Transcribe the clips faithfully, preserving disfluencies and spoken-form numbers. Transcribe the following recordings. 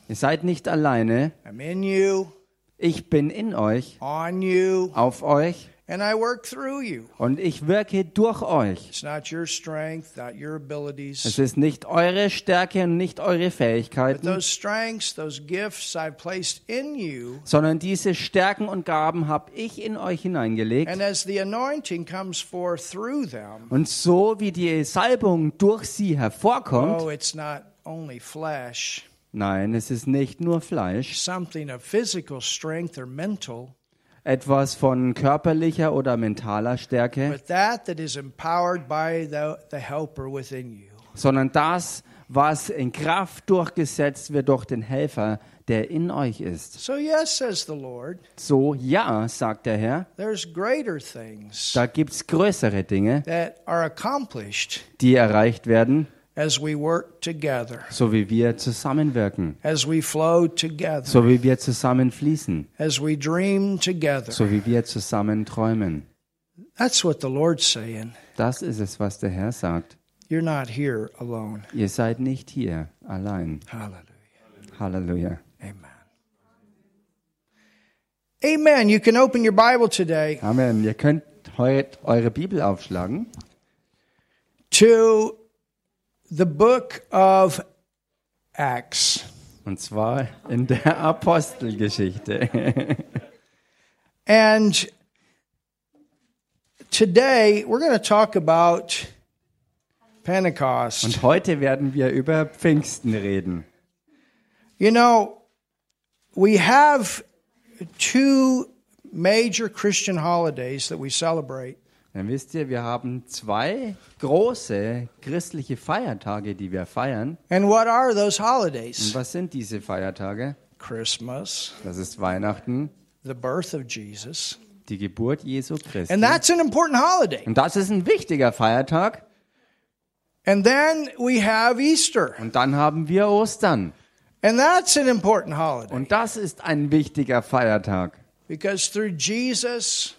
Ihr seid nicht alleine. I'm in you, Ich bin in euch, on you, auf euch and I work through you. und ich wirke durch euch. It's not your strength, not your abilities. Es ist nicht eure Stärke und nicht eure But Fähigkeiten, those strengths, those gifts I've placed in you. sondern diese Stärken und Gaben habe ich in euch hineingelegt. And as the anointing comes forth through them, Und so wie die Salbung durch sie hervorkommt, oh, it's not only flesh, nein, es ist nicht nur Fleisch, something of physical strength or mental, etwas von körperlicher oder mentaler Stärke, but that that is empowered by the, the helper within you. sondern das, was in Kraft durchgesetzt wird durch den Helfer, der in euch ist. So yes, says the Lord, So, ja, sagt der Herr, there's greater things da gibt's größere Dinge, that are accomplished die erreicht werden, as we work together, so wie wir zusammenwirken, as we flow together, so wie wir zusammen fließen, as we dream together. so wie wir zusammen träumen. That's what the Lord's saying. Das ist es, was der Herr sagt. You're not here alone. Ihr seid nicht hier allein. Hallelujah. Halleluja. Amen. Amen. You can open your Bible today Amen. Ihr könnt heute eure Bibel aufschlagen to the book of Acts. und zwar in der Apostelgeschichte. And today we're going to talk about Pentecost. Und heute werden wir über Pfingsten reden. You know, we have two major Christian holidays that we celebrate. Dann wisst ihr, wir haben zwei große christliche Feiertage, die wir feiern. And what are those Und holidays? was sind diese Feiertage? Christmas, Das ist Weihnachten, the birth of Jesus. die Geburt Jesu Christi. And that's an important holiday. Und das ist ein wichtiger Feiertag. And then we have Easter. Und dann haben wir Ostern. And that's an important holiday. Und das ist ein wichtiger Feiertag. Because through Jesus'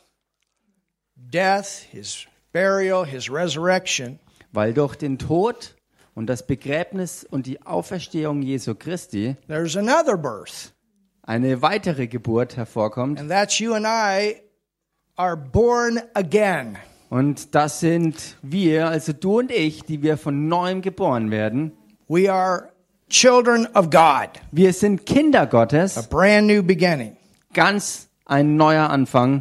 death, his burial, his resurrection, Weil durch den Tod und das Begräbnis und die Auferstehung Jesu Christi there's another birth. eine weitere Geburt hervorkommt. And that's you and I are born again. Und das sind wir, also du und ich, die wir von neuem geboren werden. We are children of God. Wir sind Kinder A Gottes, brand new beginning. ganz ein neuer Anfang.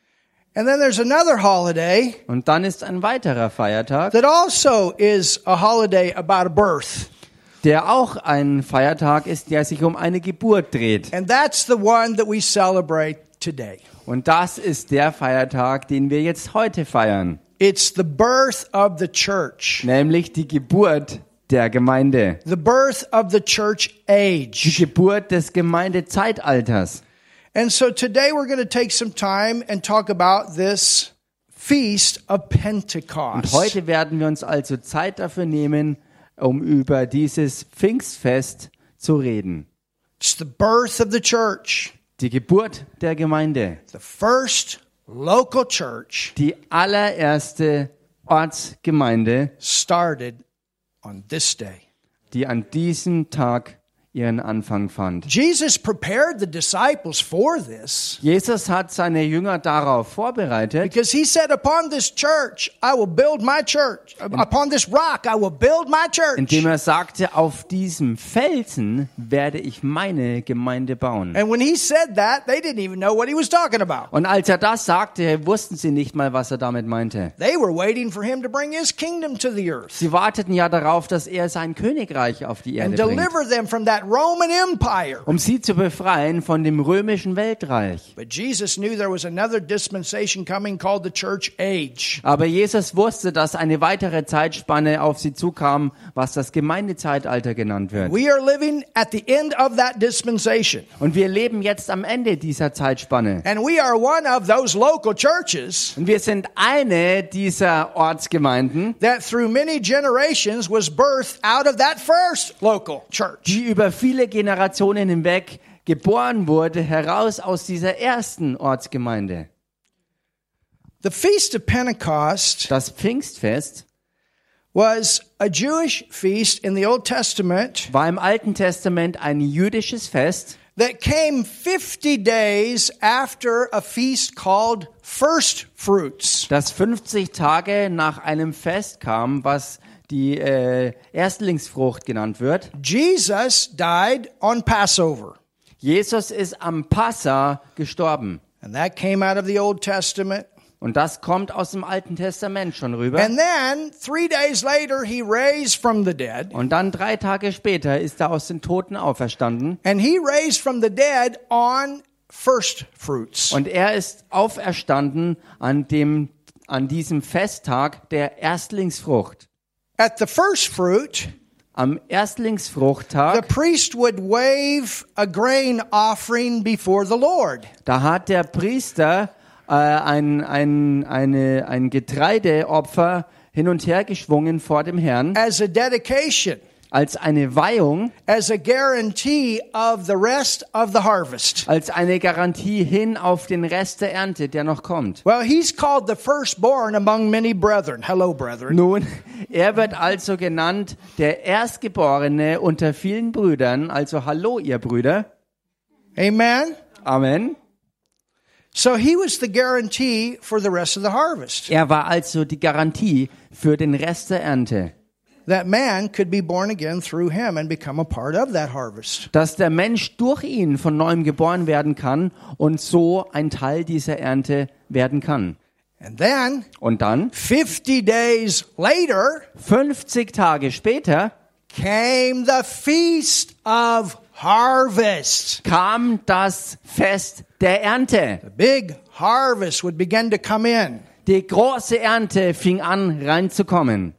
And then there's another holiday Und dann ist ein weiterer Feiertag, that also is a holiday about a birth. der auch ein Feiertag ist, der sich um eine Geburt dreht. And that's the one that we celebrate today. Und das ist der Feiertag, den wir jetzt heute feiern, It's the birth of the church. nämlich die Geburt der Gemeinde, The birth of the church die age. Geburt des Gemeindezeitalters. And so today we're going to take some time and talk about this feast of Und Pentecost. heute werden wir uns also Zeit dafür nehmen, um über dieses Pfingstfest zu reden. It's the birth of the church. Die Geburt der Gemeinde, The first local church die allererste Ortsgemeinde, started on this day. die an diesem Tag ihren Anfang fand. Jesus prepared the disciples for this Jesus hat seine Jünger darauf vorbereitet, because he said, upon this church, I will build my church. Upon this rock, I will build my church. indem er sagte, auf diesem Felsen werde ich meine Gemeinde bauen. And when he said that, they didn't even know what he was talking about. Und als er das sagte, wussten sie nicht mal, was er damit meinte. They were waiting for him to bring his kingdom to the earth Sie warteten ja darauf, dass er sein Königreich auf die Erde and bringt, deliver them from that Roman Empire. um sie zu befreien von dem römischen Weltreich. But Jesus knew there was another dispensation coming called the church age. Aber Jesus wusste, dass eine weitere Zeitspanne auf sie zukam, was das Gemeindezeitalter genannt wird. We are living at the end of that dispensation. Und wir leben jetzt am Ende dieser Zeitspanne. And we are one of those local churches Und wir sind eine dieser Ortsgemeinden, that through many generations was birthed out of that first local church. die über viele Generationen hinweg geboren wurde, heraus aus dieser ersten Ortsgemeinde. The Feast of Pentecost Das Pfingstfest was a Jewish feast in the Old Testament war im Alten Testament ein jüdisches Fest, that came fifty days after a feast called First Fruits. das fünfzig Tage nach einem Fest kam, was die äh, Erstlingsfrucht genannt wird. Jesus died on Passover. Jesus ist am Passa gestorben. And that came out of the Old Testament. Und das kommt aus dem Alten Testament schon rüber. And then, three days later, he raised from the dead. Und dann drei Tage später ist er aus den Toten auferstanden. And he raised from the dead on first fruits. Und er ist auferstanden an dem, an diesem Festtag der Erstlingsfrucht. At the first fruit, Am the Erstlingsfruchttag, priest would wave a grain offering before the Lord. da hat der Priester äh, ein, ein, eine, ein Getreideopfer hin und her geschwungen vor dem Herrn As a dedication, als eine Weihung, as a guarantee of the rest of the harvest. als eine Garantie hin auf den Rest der Ernte, der noch kommt. Well, he's called the firstborn among many brethren. Hello, brethren. Nun, er wird also genannt der Erstgeborene unter vielen Brüdern, also hallo ihr Brüder. Amen. Amen. So he was the guarantee for the rest of the harvest. Er war also die Garantie für den Rest der Ernte, That man could be born again through him and become a part of that harvest. dass der Mensch durch ihn von neuem geboren werden kann und so ein Teil dieser Ernte werden kann. And then, Und dann, fifty days later, fünfzig Tage später, came the feast of harvest. kam das Fest der Ernte. The big harvest would begin to come in. Die große Ernte fing an reinzukommen.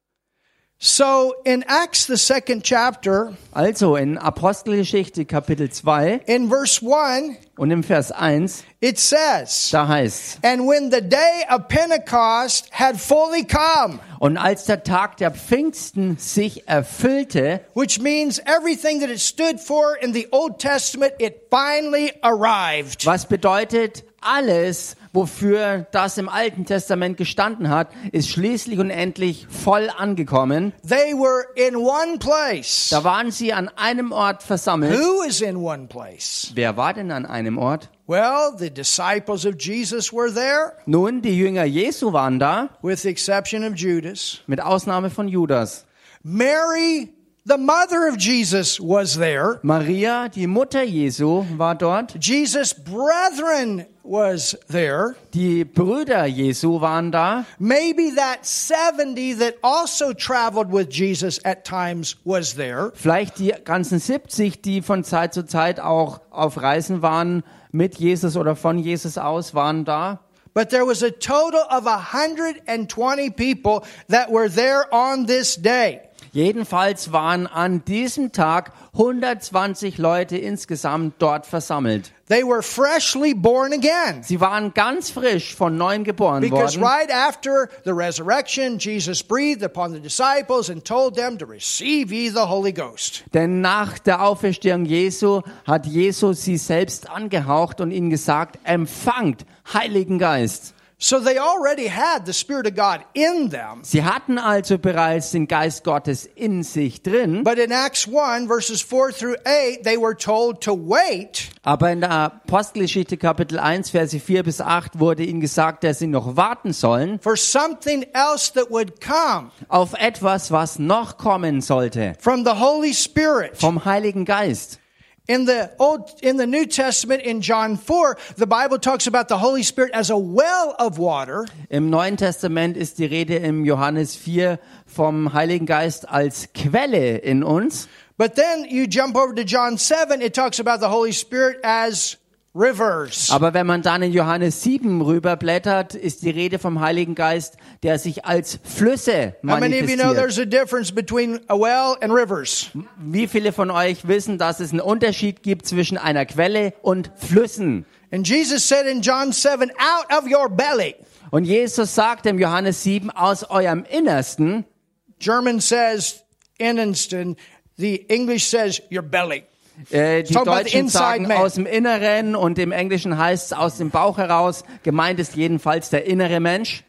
So in Acts, the second chapter, Also in Apostelgeschichte Kapitel zwei in verse one, und im Vers eins, it says, da heißt: and when the day of Pentecost had fully come, Und als der Tag der Pfingsten sich erfüllte, which means everything that it stood for in the Old Testament, it finally arrived. was bedeutet, alles, wofür das im Alten Testament gestanden hat, ist schließlich und endlich voll angekommen. They were in one place. Da waren sie an einem Ort versammelt. Who is in one place? Wer war denn an einem Ort? Well, the disciples of Jesus were there, Nun, die Jünger Jesu waren da, with the exception of Judas. mit Ausnahme von Judas. Mary, the mother of Jesus, was there. Maria, die Mutter Jesu, war dort. Jesus' brethren was there. Die Brüder Jesu waren da. Maybe that seventy that also traveled with Jesus at times was there. Vielleicht die ganzen siebzig, die von Zeit zu Zeit auch auf Reisen waren, mit Jesus oder von Jesus aus, waren da. But there was a total of one hundred twenty people that were there on this day. Jedenfalls waren an diesem Tag hundertzwanzig Leute insgesamt dort versammelt. They were freshly born again. Sie waren ganz frisch von neuem geboren Because worden. right after the resurrection, Jesus breathed upon the disciples and told them to receive ye the Holy Ghost. Denn nach der Auferstehung Jesu hat Jesus sie selbst angehaucht und ihnen gesagt, empfangt Heiligen Geist. So they already had the Spirit of God in them. Sie hatten also bereits den Geist Gottes in sich drin. But in Acts one, verses four through eight, they were told to wait Aber in der Apostelgeschichte Kapitel eins, Verse vier bis acht wurde ihnen gesagt, dass sie noch warten sollen for something else that would come auf etwas, was noch kommen sollte, from the Holy Spirit. vom Heiligen Geist. In the Old, in the New Testament, in John four, the Bible talks about the Holy Spirit as a well of water. Im Neuen Testament ist die Rede im Johannes vier vom Heiligen Geist als Quelle in uns. But then you jump over to John seven, it talks about the Holy Spirit as rivers. Aber wenn man dann in Johannes sieben rüberblättert, ist die Rede vom Heiligen Geist, der sich als Flüsse How many of you know manifestiert. there's a difference between a well and rivers? Wie viele von euch wissen, dass es einen Unterschied gibt zwischen einer Quelle und Flüssen? And Jesus said in John seven, out of your belly. Und Jesus sagt im Johannes sieben, aus eurem Innersten, German says Innensten, the English says your belly. äh, die Talk about the Deutschen inside sagen man. aus dem Inneren und im Englischen heißt es aus dem Bauch heraus. Gemeint ist jedenfalls der innere Mensch.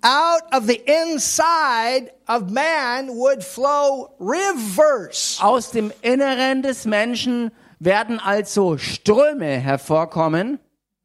out of the inside of man would flow rivers. Aus dem Inneren des Menschen werden also Ströme hervorkommen.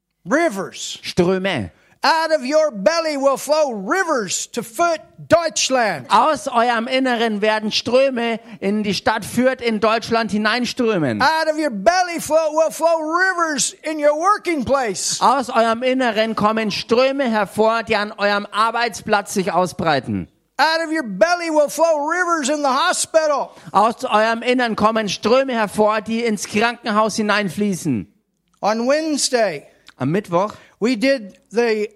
Rivers. Ströme. Out of your belly will flow rivers to Fürth, Deutschland. Aus eurem Inneren werden Ströme in die Stadt Fürth in Deutschland hineinströmen. Out of your belly flow will flow rivers in your working place. Aus eurem Inneren kommen Ströme hervor, die an eurem Arbeitsplatz sich ausbreiten. Out of your belly will flow rivers in the hospital. Aus eurem Innern kommen Ströme hervor, die ins Krankenhaus hineinfließen. On Wednesday, Am Mittwoch we did the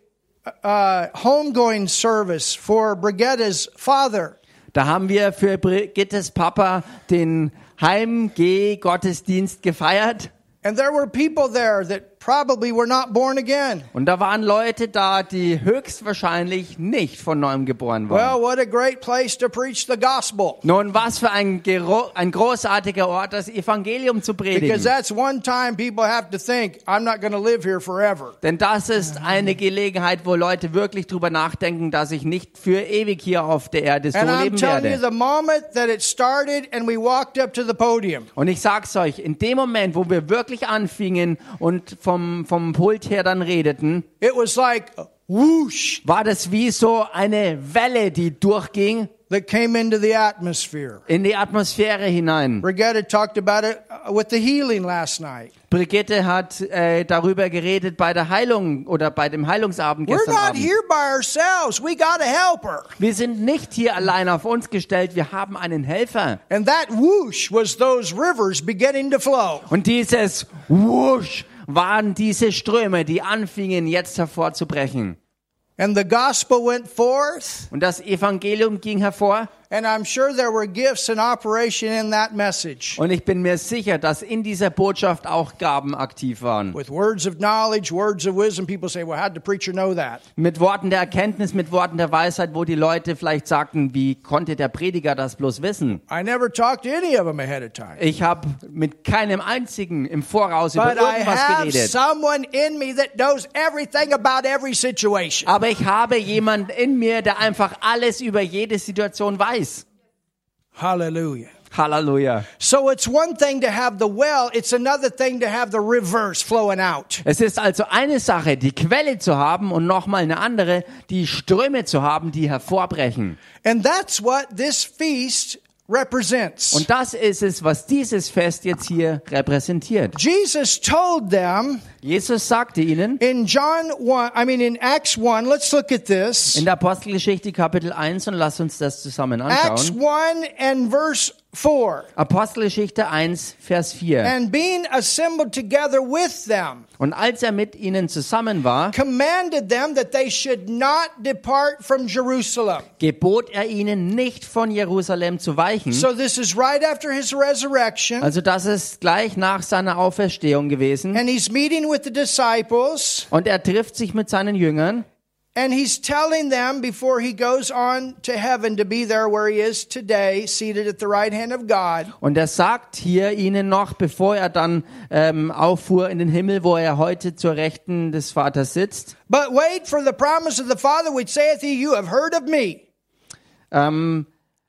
uh, homegoing service for Brigitta's father. Da haben wir für Brigittes Papa den Heimgeh-Gottesdienst gefeiert. And there were people there that probably were not born again. Und da waren Leute da, die höchstwahrscheinlich nicht von neuem geboren Well, waren. what a great place to preach the gospel. Nun, was für ein, Gero- ein großartiger Ort, das Evangelium zu Because predigen. that's one time people have to think, I'm not going to live here forever. Denn das ist eine Gelegenheit, wo Leute wirklich drüber nachdenken, dass ich nicht für ewig hier auf der Erde so And I'm leben telling you, werde. the moment that it started and we walked up to the podium, Und ich sag's euch, in dem Moment, wo wir wirklich anfingen und vom, vom Pult her dann redeten, it was like whoosh war das wie so eine Welle, die durchging that came into the atmosphere. in die Atmosphäre hinein. Brigitta talked about it uh, with the healing last night. Brigitte hat äh, darüber geredet bei der Heilung oder bei dem Heilungsabend We're gestern not Abend. here by ourselves. We got a helper. Wir sind nicht hier allein auf uns gestellt, wir haben einen Helfer. And that whoosh was those rivers beginning to flow. Und dieses Wusch waren diese Ströme, die anfingen jetzt hervorzubrechen. And the gospel went forth. Und das Evangelium ging hervor. And I'm sure there were gifts in operation in that message. Und ich bin mir sicher, dass in dieser Botschaft auch Gaben aktiv waren. With words of knowledge, words of wisdom, people say, well, how did the preacher know that? Mit Worten der Erkenntnis, mit Worten der Weisheit, wo die Leute vielleicht sagten, wie konnte der Prediger das bloß wissen? I never talked to any of them ahead of time. Ich habe mit keinem einzigen im Voraus über But I irgendwas have geredet. someone in me that knows everything about every situation. Aber ich habe jemanden in mir, der einfach alles über jede Situation weiß. Hallelujah. Halleluja. So it's one thing to have the well, it's another thing to have the rivers flowing out. Es ist also eine Sache, die Quelle zu haben und nochmal eine andere, die Ströme zu haben, die hervorbrechen. And that's what this feast represents. Und das ist es, was dieses Fest jetzt hier repräsentiert. Jesus told them Jesus sagte ihnen in John one, I mean in Acts one, let's look at this. in der Apostelgeschichte Kapitel eins und lasst uns das zusammen Acts anschauen. one and verse four. Apostelgeschichte eins, Vers vier. And being assembled together with them, Und als er mit ihnen zusammen war, commanded them that they should not depart from Jerusalem. gebot er ihnen nicht von Jerusalem zu weichen. So this is right after his resurrection. Also das ist gleich nach seiner Auferstehung gewesen. And he's meeting with the disciples. Und er trifft sich mit seinen Jüngern. And he's telling them before he goes on to heaven to be there where he is today, seated at the right hand of God. Und er sagt hier ihnen noch, bevor er dann ähm, auffuhr in den Himmel, wo er heute zur Rechten des Vaters sitzt. But wait for the promise of the Father which saith he, you have heard of me. Ähm,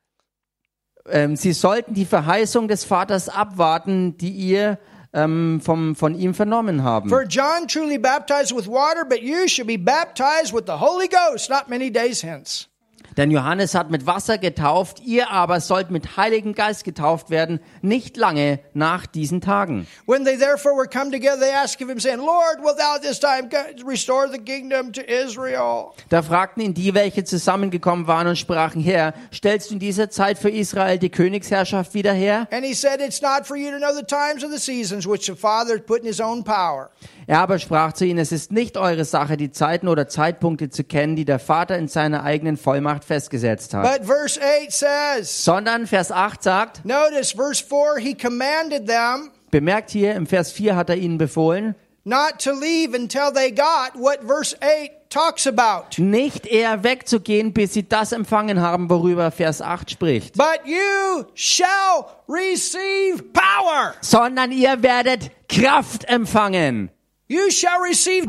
ähm, sie sollten die Verheißung des Vaters abwarten, die ihr ähm, vom, von ihm vernommen haben. For John truly baptized with water, but you shall be baptized with the Holy Ghost not many days hence. Denn Johannes hat mit Wasser getauft, ihr aber sollt mit Heiligen Geist getauft werden, nicht lange nach diesen Tagen. When they therefore were come together, they asked of him, saying, Lord, wilt thou at this time restore the kingdom to Israel? Da fragten ihn die, welche zusammengekommen waren und sprachen, Herr, stellst du in dieser Zeit für Israel die Königsherrschaft wieder her? And he said, it's not for you to know the times or the seasons which the Father hath put in his own power. Er aber sprach zu ihnen, es ist nicht eure Sache, die Zeiten oder Zeitpunkte zu kennen, die der Vater in seiner eigenen Vollmacht festgesetzt hat. But verse eight says, Sondern Vers acht sagt, notice verse four, he commanded them bemerkt hier, im Vers vier hat er ihnen befohlen, not to leave until they got what verse eight talks about. nicht eher wegzugehen, bis sie das empfangen haben, worüber Vers acht spricht. But you shall receive power. Sondern ihr werdet Kraft empfangen. You shall receive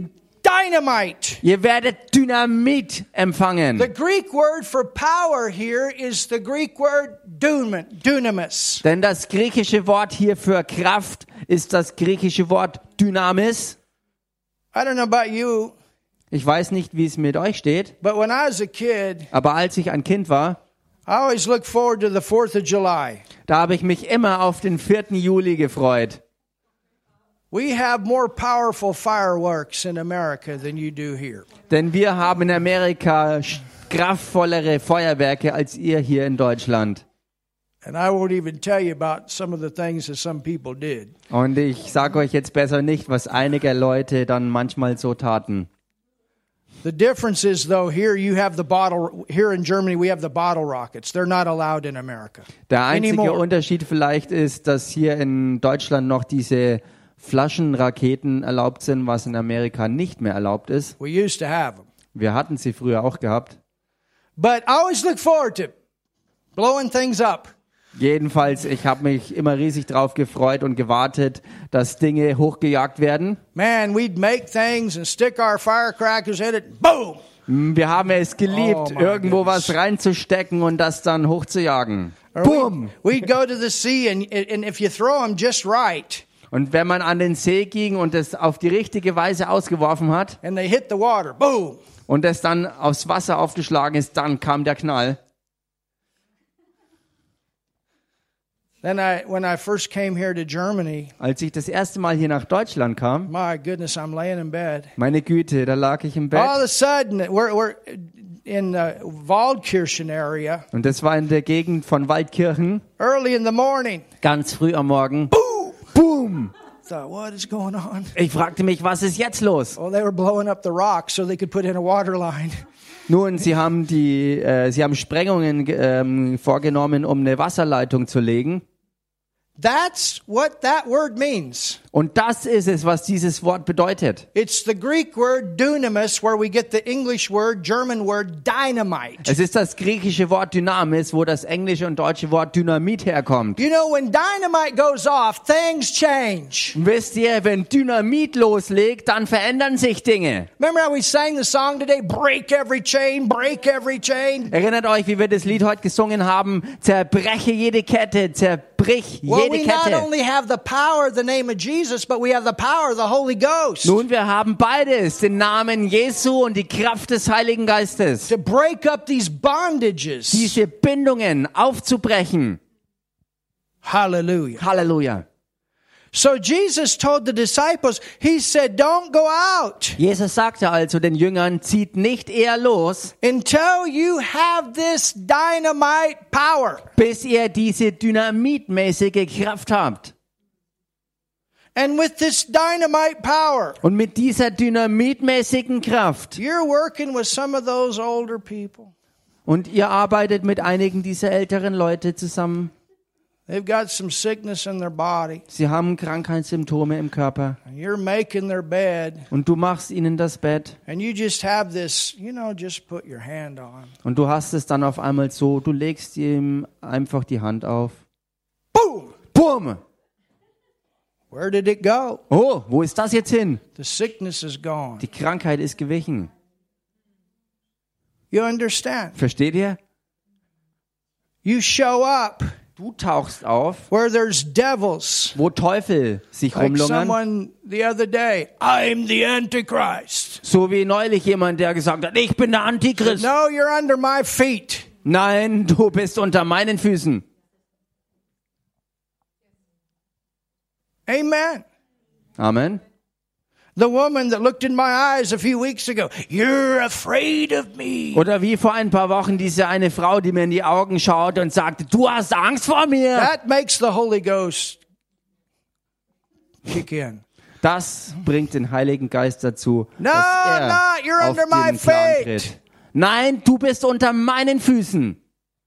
dynamite. Ihr werdet Dynamit The empfangen. Greek word for power here is the Greek word dunam- dunamis. Denn das griechische Wort hier für Kraft ist das griechische Wort Dynamis. I don't know about you, Ich weiß nicht, wie es mit euch steht, but when I was a kid, aber als ich ein Kind war, I always looked forward to the fourth of July. da habe ich mich immer auf den vierten Juli gefreut. We have more powerful fireworks in America than you do here. Denn wir haben in Amerika sch- kraftvollere Feuerwerke als ihr hier in Deutschland. And I won't even tell you about some of the things that some people did. Und ich sage euch jetzt besser nicht, was einige Leute dann manchmal so taten. The difference is, though, here you have the bottle, here in Germany we have the bottle rockets. They're not allowed in America Der einzige anymore. Unterschied vielleicht ist, dass hier in Deutschland noch diese Flaschenraketen erlaubt sind, was in Amerika nicht mehr erlaubt ist. We used to have them. Wir hatten sie früher auch gehabt. But I always look forward to blowing things up. Jedenfalls, ich habe mich immer riesig drauf gefreut und gewartet, dass Dinge hochgejagt werden. Man, we'd make things and stick our firecrackers in it. Boom! Wir haben es geliebt, Oh my irgendwo goodness. was reinzustecken und das dann hochzujagen. Or Boom! we'd, we'd go to the sea, and, and if you throw them just right, Und wenn man an den See ging und es auf die richtige Weise ausgeworfen hat and they hit the water, boom! und es dann aufs Wasser aufgeschlagen ist, dann kam der Knall. Then I, when I first came here to Germany, Als ich das erste Mal hier nach Deutschland kam, my goodness, I'm laying in bed. meine Güte, da lag ich im Bett. All of a sudden, we're, we're in the Waldkirchen area, Und das war in der Gegend von Waldkirchen, early in the morning. ganz früh am Morgen. Boom! Boom! Thought, what is going on? Ich fragte mich, was ist jetzt los? Well, they were blowing up the rocks so they could put in a water line. Nun, sie haben die, äh, sie haben Sprengungen ähm, vorgenommen, um eine Wasserleitung zu legen. That's what that word means. Und das ist es, was dieses Wort bedeutet. It's the Greek word dunamis, where we get the English word, German word dynamite. Es ist das griechische Wort Dynamis, wo das englische und deutsche Wort Dynamit herkommt. You know, when dynamite goes off, things change. Und wisst ihr, wenn Dynamit loslegt, dann verändern sich Dinge. Remember how we sang the song today, break every chain, break every chain? Erinnert euch, wie wir das Lied heute gesungen haben, zerbreche jede Kette, zerbrich Well, jede we not Kette. only have the power of the name of Jesus, but we have the power of the Holy Ghost Nun, wir haben beides, den Namen Jesu und die Kraft des Heiligen Geistes. to break up these bondages. Diese Bindungen aufzubrechen. Hallelujah. Halleluja. So Jesus told the disciples, he said, don't go out Jesus sagte also den Jüngern, zieht nicht eher los, until you have this dynamite power. bis ihr diese dynamitmäßige Kraft habt. And with this dynamite power, Und mit dieser dynamitmäßigen Kraft, you're working with some of those older people. und ihr arbeitet mit einigen dieser älteren Leute zusammen, They've got some sickness in their body. sie haben Krankheitssymptome im Körper, And you're making their bed. und du machst ihnen das Bett, And you just have this, you know, just put your hand on. und du hast es dann auf einmal so, du legst ihm einfach die Hand auf. Boom! Boom! Where did it go? Oh, wo ist das jetzt hin? The sickness is gone. Die Krankheit ist gewichen. You understand? Versteht ihr? You show up Du tauchst auf, where there's devils. wo Teufel sich Like rumlungern. someone the other day, I'm the Antichrist. So wie neulich jemand, der gesagt hat, ich bin der Antichrist. No, you're under my feet. Nein, du bist unter meinen Füßen. Amen. Amen. The woman that looked in my eyes a few weeks ago, you're afraid of me. Oder wie vor ein paar Wochen diese eine Frau, die mir in die Augen schaut und sagte, du hast Angst vor mir. That makes the Holy Ghost kick in. Das bringt den Heiligen Geist dazu, No, dass er not, you're auf under my den Plan feet. tritt. Nein, du bist unter meinen Füßen.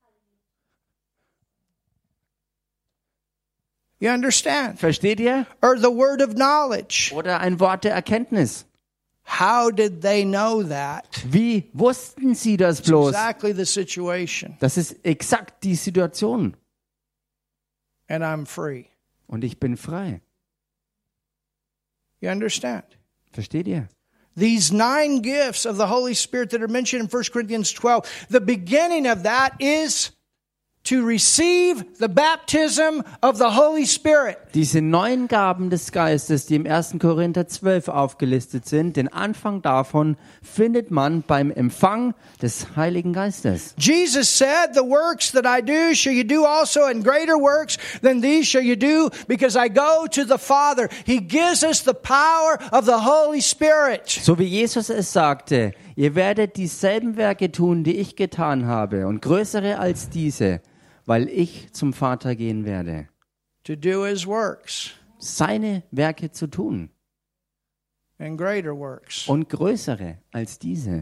You understand? Versteht ihr? Or the word of knowledge. Oder ein Wort der Erkenntnis. How did they know that? Wie wussten sie das bloß? Exactly the situation. Das ist exakt die Situation. And I'm free. Und ich bin frei. You understand? Versteht ihr? These nine gifts of the Holy Spirit that are mentioned in First Corinthians twelve, the beginning of that is to receive the baptism of the Holy Spirit. Diese neun Gaben des Geistes, die im ersten Korinther zwölf aufgelistet sind, den Anfang davon findet man beim Empfang des Heiligen Geistes. Jesus said, the works that I do shall you do also, and greater works than these shall you do, because I go to the Father. He gives us the power of the Holy Spirit. So wie Jesus es sagte, ihr werdet dieselben Werke tun, die ich getan habe, und größere als diese, weil ich zum Vater gehen werde. To do his works. Seine Werke zu tun. And greater works. Und größere als diese.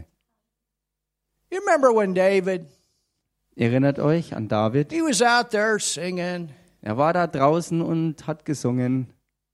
You remember when David, Erinnert euch an David? he was out there singing, Er war da draußen und hat gesungen.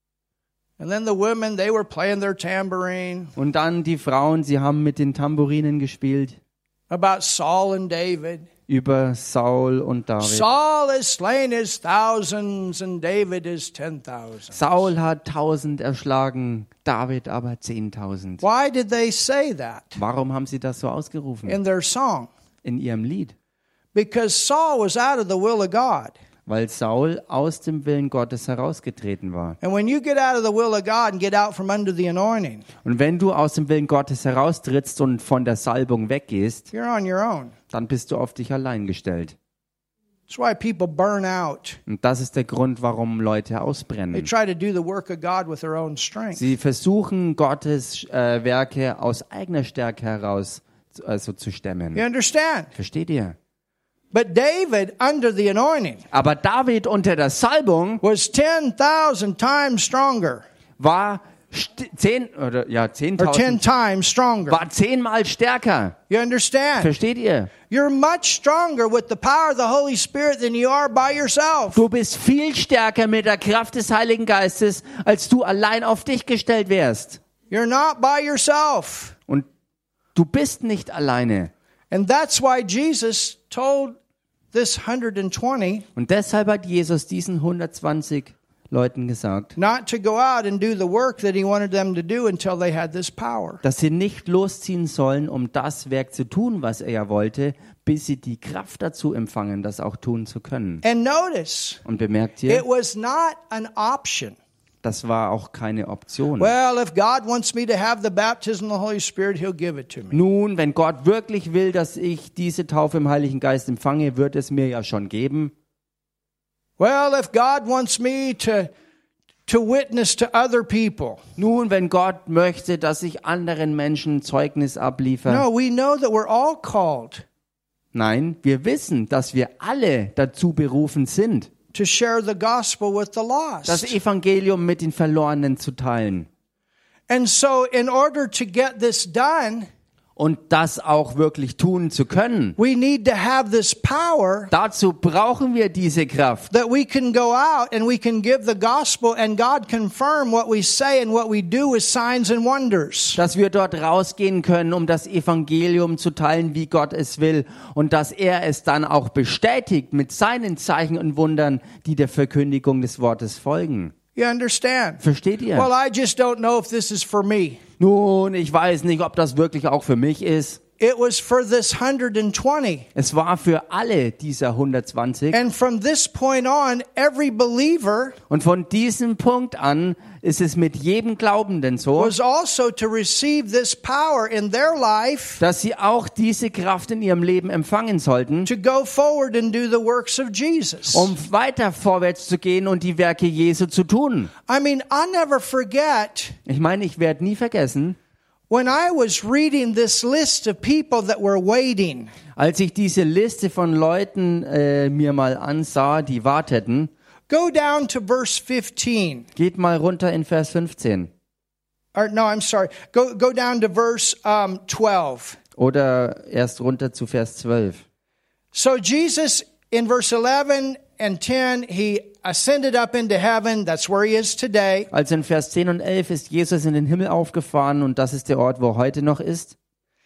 and then the women, they were playing their tambourine Und dann die Frauen, sie haben mit den Tambourinen gespielt. about Saul and David. Über Saul und David. Saul has slain his thousands and David his ten thousands. Saul hat tausend erschlagen, David aber zehntausend. Why did they say that Warum haben sie das so ausgerufen in their song? in ihrem Lied? Because Saul was out of the will of God. Weil Saul aus dem Willen Gottes herausgetreten war. And when you get out of the will of God and get out from under the anointing, Und wenn du aus dem Willen Gottes heraustrittst und von der Salbung weggehst, you're on your own. dann bist du auf dich allein gestellt. That's why people burn out. Und das ist der Grund, warum Leute They ausbrennen. try to do the work of God with their own strength. Sie versuchen, Gottes äh, Werke aus eigener Stärke heraus also zu stemmen. You understand? Versteht ihr? But David, under the anointing, Aber David unter der Salbung was ten thousand times stronger, war st- zehn oder ja or ten zehntausend times stronger. war zehnmal stärker. You understand? Versteht ihr? You're much stronger with the power of the Holy Spirit than you are by yourself. Du bist viel stärker mit der Kraft des Heiligen Geistes, als du allein auf dich gestellt wärst. You're not by yourself. Und du bist nicht alleine. And that's why Jesus told this one hundred twenty Und deshalb hat Jesus diesen hundertzwanzig Leuten gesagt, not to go out and do the work that he wanted them to do until they had this power. dass sie nicht losziehen sollen, um das Werk zu tun, was er ja wollte, bis sie die Kraft dazu empfangen, das auch tun zu können. And notice, Und bemerkt it ihr, was not an option. das war auch keine Option. Well, if God wants me to have the baptism of the Holy Spirit, he'll give it to me. Nun, wenn Gott wirklich will, dass ich diese Taufe im Heiligen Geist empfange, wird es mir ja schon geben. Well, if God wants me to to witness to other people. Nun, wenn Gott möchte, dass ich anderen Menschen Zeugnis abliefere. No, we know that we're all called Nein, wir wissen, dass wir alle dazu berufen sind, to share the gospel with the das lost. Evangelium mit den Verlorenen zu teilen. And so in order to get this done, Und das auch wirklich tun zu können. we need to have this power Dazu brauchen wir diese Kraft, that we can go out and we can give the gospel and God confirm what we say and what we do with signs and wonders. dass wir dort rausgehen können, um das Evangelium zu teilen, wie Gott es will. Und dass er es dann auch bestätigt mit seinen Zeichen und Wundern, die der Verkündigung des Wortes folgen. You understand? Versteht ihr? Well, I just don't know if this is for me. Nun, ich weiß nicht, ob das wirklich auch für mich ist. It was for this one hundred twenty. Es war für alle dieser hundertzwanzig. And from this point on, every believer Und von diesem Punkt an ist es mit jedem Glaubenden so, was also to receive this power in their life dass sie auch diese Kraft in ihrem Leben empfangen sollten, to go forward and do the works of Jesus. um weiter vorwärts zu gehen und die Werke Jesu zu tun. I mean, I never forget Ich meine, ich werde nie vergessen, when I was reading this list of people that were waiting. als ich diese Liste von Leuten äh, mir mal ansah, die warteten. Go down to verse fifteen. Geht mal runter in Vers fünfzehn. Or no, I'm sorry. Go go down to verse um, twelve. Oder erst runter zu Vers zwölf. So Jesus in verse eleven and ten, he ascended up into heaven. That's where he is today. Also in Vers zehn und elf ist Jesus in den Himmel aufgefahren und das ist der Ort, wo er heute noch ist.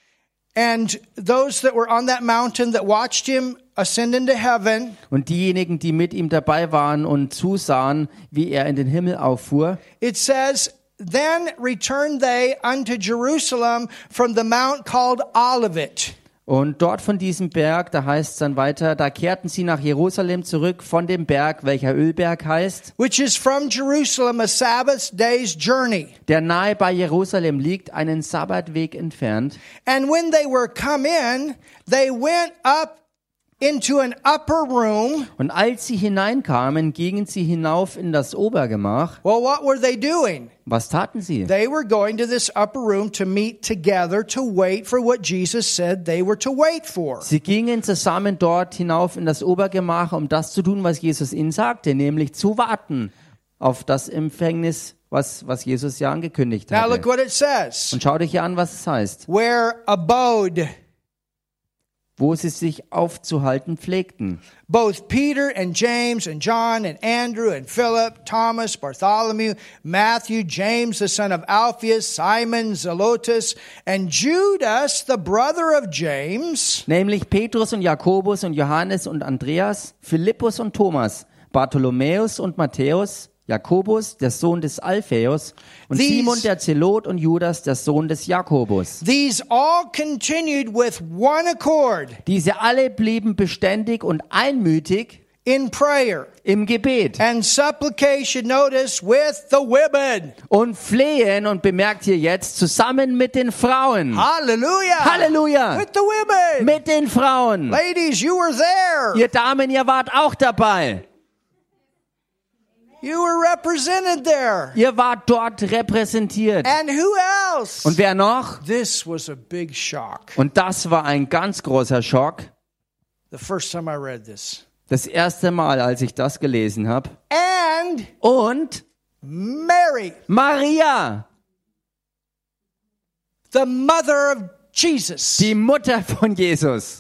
And those that were on that mountain that watched him ascend into heaven, Und diejenigen, die mit ihm dabei waren und zusahen, wie er in den Himmel auffuhr, it says, then returned they unto Jerusalem from the mount called Olivet. Und dort von diesem Berg, da heißt es dann weiter, da kehrten sie nach Jerusalem zurück von dem Berg, welcher Ölberg heißt, Which is from Jerusalem a Sabbath day's journey. der nahe bei Jerusalem liegt, einen Sabbatweg entfernt. And when they were come in, they went up into an upper room. Und als sie hineinkamen, gingen sie hinauf in das Obergemach. Well, what were they doing? Was taten sie? They were going to this upper room to meet together to wait for what Jesus said they were to wait for. Sie gingen zusammen dort hinauf in das Obergemach, um das zu tun, was Jesus ihnen sagte, nämlich zu warten auf das Empfängnis, was, was Jesus ja angekündigt Now look hatte. what it says. Und schau dich hier an, was es heißt. Where abode Wo sie sich aufzuhalten pflegten. both Peter and James and John and Andrew and Philip, Thomas, Bartholomew, Matthew, James the son of Alphaeus, Simon, Zelotes, and Judas the brother of James. Nämlich Petrus und Jakobus und Johannes und Andreas, Philippus und Thomas, Bartholomäus und Matthäus, Jakobus, der Sohn des Alphaeus, und These- Simon der Zelot und Judas, der Sohn des Jakobus. These all continued with one accord Diese alle blieben beständig und einmütig in prayer im Gebet and supplication, notice, with the women. und flehen, und bemerkt hier jetzt, zusammen mit den Frauen. Hallelujah. Halleluja! With the women. Mit den Frauen. Ladies, you were there. Ihr Damen, ihr wart auch dabei. You were represented there. Ihr wart dort repräsentiert. And who else? Und wer noch? This was a big shock. Und das war ein ganz großer Schock. The first time I read this. Das erste Mal, als ich das gelesen habe. And Und Mary, Maria, the mother of Jesus. die Mutter von Jesus.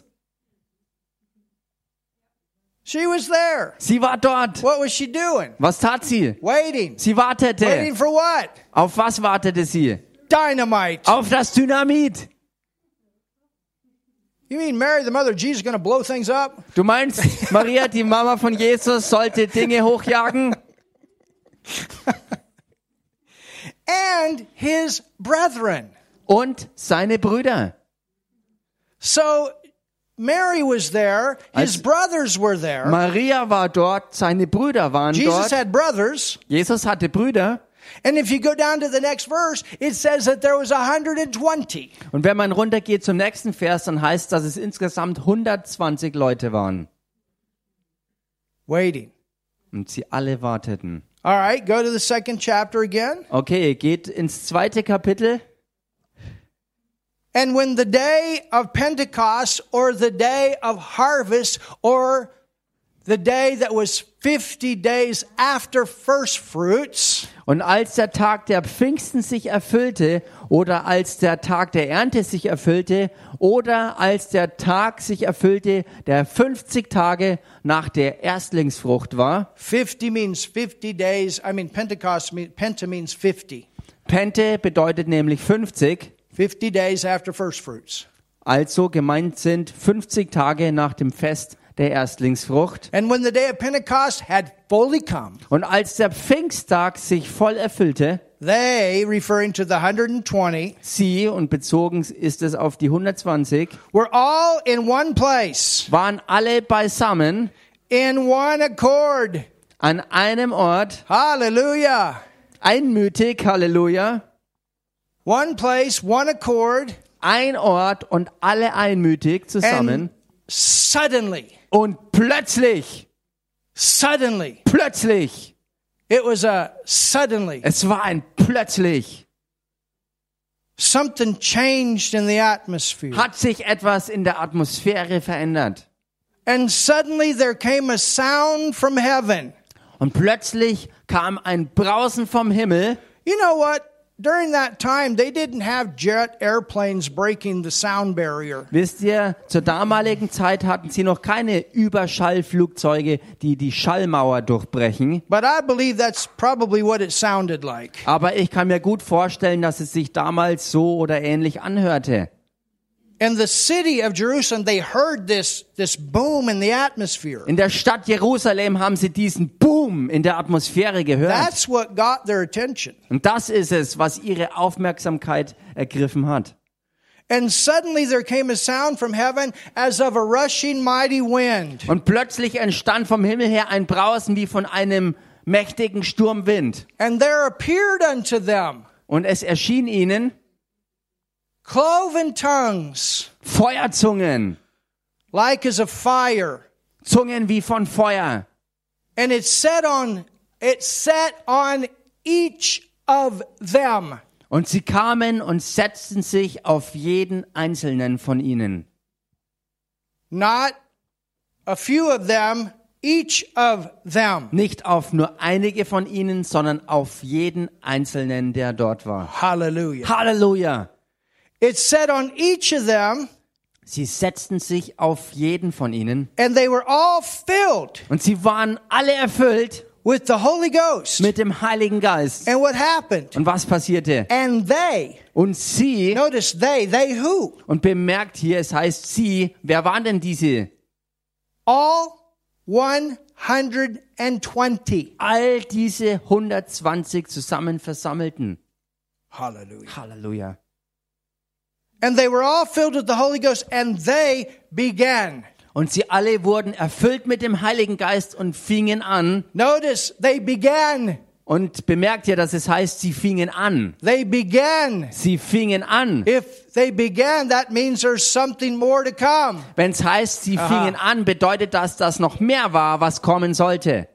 She was there. Sie war dort. What was she doing? Was tat sie? Waiting. Sie wartete. Waiting for what? Auf was wartete sie? Dynamite. Auf das Dynamit. You mean Mary, the mother of Jesus, is going to blow things up? Du meinst, Maria, die Mama von Jesus, sollte Dinge hochjagen? And his brethren. Und seine Brüder. So Mary was there. His Als- brothers were there. Maria war dort, seine Brüder waren Jesus dort. had brothers. Jesus hatte Brüder. And if you go down to the next verse, it says that there was one hundred twenty. Und wenn man runtergeht zum nächsten Vers, dann heißt, dass es insgesamt hundertzwanzig Leute waren. Waiting. Und sie alle warteten. All right, go to the second chapter again. Okay, geht ins zweite Kapitel. And when the day of Pentecost or the day of harvest or the day that was fifty days after first fruits, Und als der Tag der Pfingsten sich erfüllte oder als der Tag der Ernte sich erfüllte oder als der Tag sich erfüllte, der fünfzig Tage nach der Erstlingsfrucht war. fifty means fifty days. I mean, Pentecost, mean- Penta means fifty. Pente bedeutet nämlich fünfzig. fifty days after first fruits. Also gemeint sind fünfzig Tage nach dem Fest der Erstlingsfrucht. And when the day of Pentecost had fully come, Und als der Pfingsttag sich voll erfüllte, they, referring to the one hundred twenty, sie, und bezogen ist es auf die hundertzwanzig, were all in one place, waren alle beisammen in one accord. an einem Ort, Hallelujah. einmütig, Halleluja, One place, one accord, ein Ort und alle einmütig zusammen. and suddenly, Und plötzlich, suddenly, plötzlich, it was a suddenly, es war ein plötzlich, something changed in the atmosphere. hat sich etwas in der Atmosphäre verändert. And suddenly there came a sound from heaven. Und plötzlich kam ein Brausen vom Himmel. You know what? During that time, they didn't have jet airplanes breaking the sound barrier. Wisst ihr, zur damaligen Zeit hatten sie noch keine Überschallflugzeuge, die die Schallmauer durchbrechen. But I believe that's probably what it sounded like. Aber ich kann mir gut vorstellen, dass es sich damals so oder ähnlich anhörte. In the city of Jerusalem, they heard this, this boom in the atmosphere. In der Stadt Jerusalem haben sie diesen Boom in der Atmosphäre gehört. That's what got their attention. Und das ist es, was ihre Aufmerksamkeit ergriffen hat. And suddenly there came a sound from heaven as of a rushing mighty wind. Und plötzlich entstand vom Himmel her ein Brausen wie von einem mächtigen Sturmwind. And there appeared unto them Und es erschien ihnen cloven tongues, Feuerzungen, like as of fire. Zungen wie von Feuer. And it set on, it set on each of them. Und sie kamen und setzten sich auf jeden einzelnen von ihnen. Not a few of them, each of them. Nicht auf nur einige von ihnen, sondern auf jeden einzelnen, der dort war. Hallelujah. Halleluja! It set on each of them, Sie setzten sich auf jeden von ihnen and they were all filled und sie waren alle erfüllt with the Holy Ghost. mit dem Heiligen Geist. And what happened? Und was passierte? And they, Und sie, notice they, they who? und bemerkt hier, es heißt sie, wer waren denn diese? All one hundred twenty. All diese hundertzwanzig zusammen versammelten. Hallelujah. Halleluja. And they were all filled with the Holy Ghost, and they began. Und sie alle wurden erfüllt mit dem Heiligen Geist und fingen an. Notice, they began. Und bemerkt ihr, dass es heißt, sie fingen an. They began. Sie fingen an. If they began, that means there's something more to come. Wenn es heißt, sie fingen an, bedeutet das, dass noch mehr war, was kommen sollte.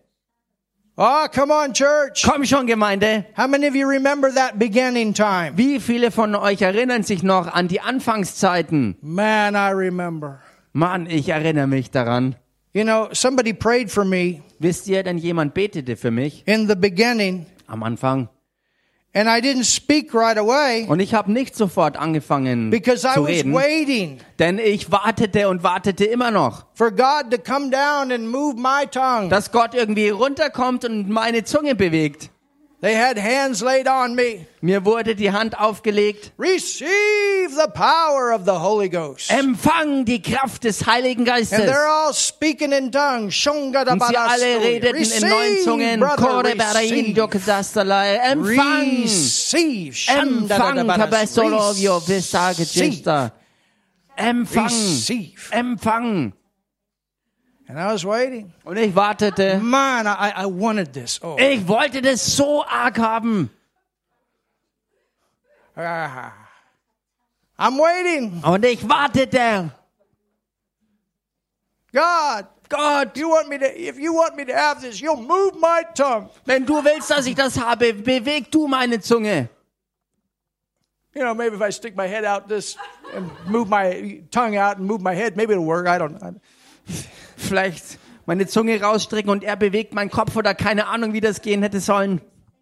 Oh, come on, church. Komm schon, Gemeinde. How many of you remember that beginning time? Wie viele von euch erinnern sich noch an die Anfangszeiten? Man, I remember. Mann, ich erinnere mich daran. You know, somebody prayed for me Wisst ihr, denn jemand betete für mich in the beginning, am Anfang. and I didn't speak right away Und ich habe nicht sofort angefangen because I zu was reden, waiting denn ich wartete und wartete immer noch, for God to come down and move my tongue. dass Gott irgendwie runterkommt und meine Zunge bewegt. They had hands laid on me. Mir wurde die Hand aufgelegt. Receive the power of the Holy Ghost. Empfang die Kraft des Heiligen Geistes. And they're all speaking in tongues. Und sie alle redeten in neuen Zungen. Kore barain dokastalai. Empfang. Receive. Empfang tabasolovio visage gesta. Empfang. Receive. Empfang. And I was waiting. Und ich wartete. Man, I, I wanted this. Oh. Ich wollte das so arg haben. Ah. I'm waiting. Und ich wartete. God, Gott, you want me to, if you want me to have this, you'll move my tongue. wenn du willst, dass ich das habe, beweg du meine Zunge. You know, maybe if I stick my head out this and move my tongue out and move my head, maybe it'll work. I don't know. Vielleicht meine Zunge rausstrecken und er bewegt meinen Kopf oder keine Ahnung, wie das gehen hätte sollen.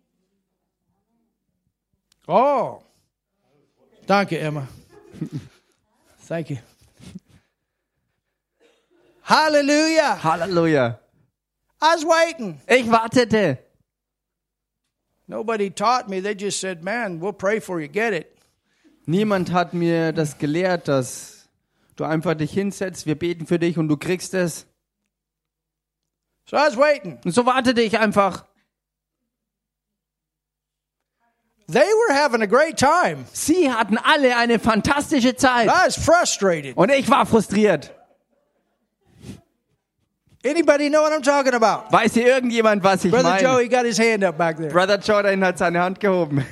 Oh. Danke, Emma. Thank you. Hallelujah. Halleluja. I was waiting. Ich wartete. Nobody taught me. They just said, man, we'll pray for you. Get it. Niemand hat mir das gelehrt, dass du einfach dich hinsetzt, wir beten für dich und du kriegst es. So I was waiting. Und so wartete ich einfach. They were having a great time. Sie hatten alle eine fantastische Zeit. I was frustrated. Und ich war frustriert. Anybody know what I'm talking about? Weiß hier irgendjemand, was ich Brother meine? Joe, he got his hand up back there. Brother Jordan hat seine Hand gehoben.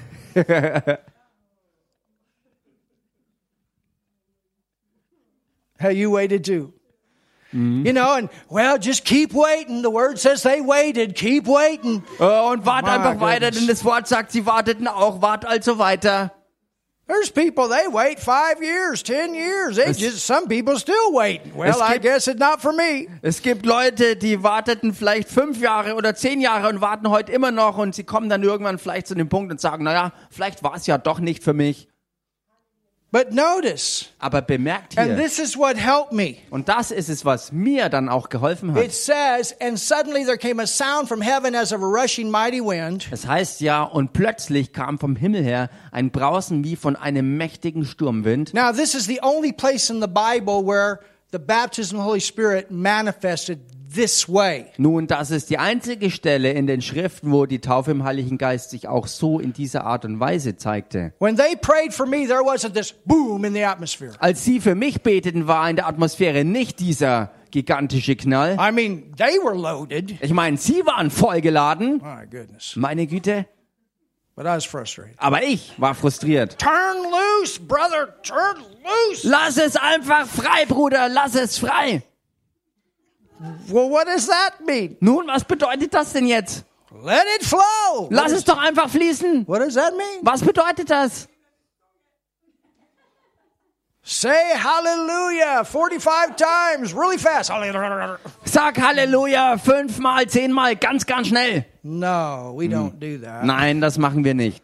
How you waited too. Mm-hmm. You know, and well, just keep waiting. The word says they waited. Keep waiting. Oh, und wart My einfach weiter, goodness. denn das Wort sagt, sie warteten auch. Wart also weiter. There's people, they wait five years, ten years. They Es- just, some people still waiting. Well, Es I gibt- guess it's not for me. Es gibt Leute, die warteten vielleicht fünf Jahre oder zehn Jahre und warten heute immer noch und sie kommen dann irgendwann vielleicht zu dem Punkt und sagen, naja, vielleicht war es ja doch nicht für mich. But notice, Aber bemerkt and hier, this is what helped me. und das ist es, was mir dann auch geholfen It hat. says, and suddenly there came a sound from heaven as of a rushing mighty wind. Es heißt ja, und plötzlich kam vom Himmel her ein Brausen wie von einem mächtigen Sturmwind. Now, this is the only place in the Bible where the baptism of the Holy Spirit manifested this way. Nun, das ist die einzige Stelle in den Schriften, wo die Taufe im Heiligen Geist sich auch so in dieser Art und Weise zeigte. When they prayed for me, there wasn't this boom in the atmosphere. Als sie für mich beteten, war in der Atmosphäre nicht dieser gigantische Knall. I mean, they were loaded. Ich meine, sie waren vollgeladen. My goodness. Meine Güte. But I was frustrated. Aber ich war frustriert. Turn loose, brother. Turn loose. Lass es einfach frei, Bruder. Lass es frei. Well, what does that mean? Nun, was bedeutet das denn jetzt? Let it flow. Lass es doch einfach fließen. What does that mean? Was bedeutet das? Say hallelujah forty-five times, really fast. Sag Halleluja fünfmal, zehnmal, ganz, ganz schnell. No, we don't do that. Nein, das machen wir nicht.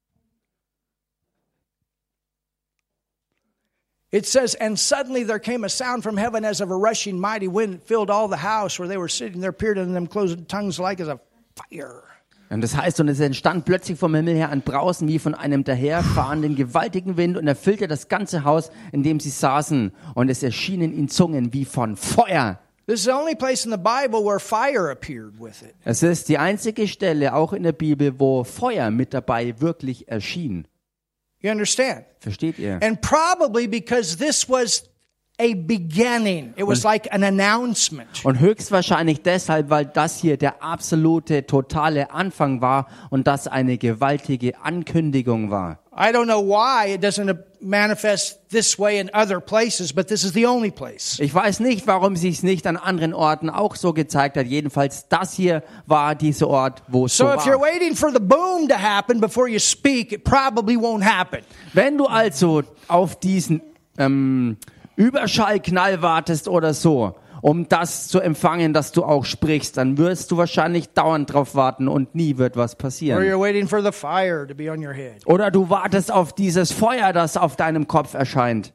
It says, and suddenly there came a sound from heaven as of a rushing mighty wind. It filled all the house where they were sitting. There appeared in them closed tongues like as of fire. Und das heißt, und es entstand plötzlich vom Himmel her ein Brausen wie von einem daherfahrenden gewaltigen Wind und erfüllte das ganze Haus, in dem sie saßen. Und es erschienen ihnen Zungen wie von Feuer. This is the only place in the Bible where fire appeared with it. Es ist die einzige Stelle, auch in der Bibel, wo Feuer mit dabei wirklich erschien. You understand? Versteht ihr? And probably because this was a beginning. It was like an announcement. Und höchstwahrscheinlich deshalb, weil das hier der absolute, totale Anfang war und das eine gewaltige Ankündigung war. I don't know why it doesn't manifest this way in other places, but this is the only place. Ich weiß nicht, warum sich es nicht an anderen Orten auch so gezeigt hat. Jedenfalls, das hier war dieser Ort, wo es so So if you're war. waiting for the boom to happen before you speak, it probably won't happen. Wenn du also auf diesen ähm, Überschallknall wartest oder so, um das zu empfangen, dass du auch sprichst, dann wirst du wahrscheinlich dauernd drauf warten und nie wird was Or passieren. you're waiting for the fire to be on your head. Oder du wartest auf dieses Feuer, das auf deinem Kopf erscheint.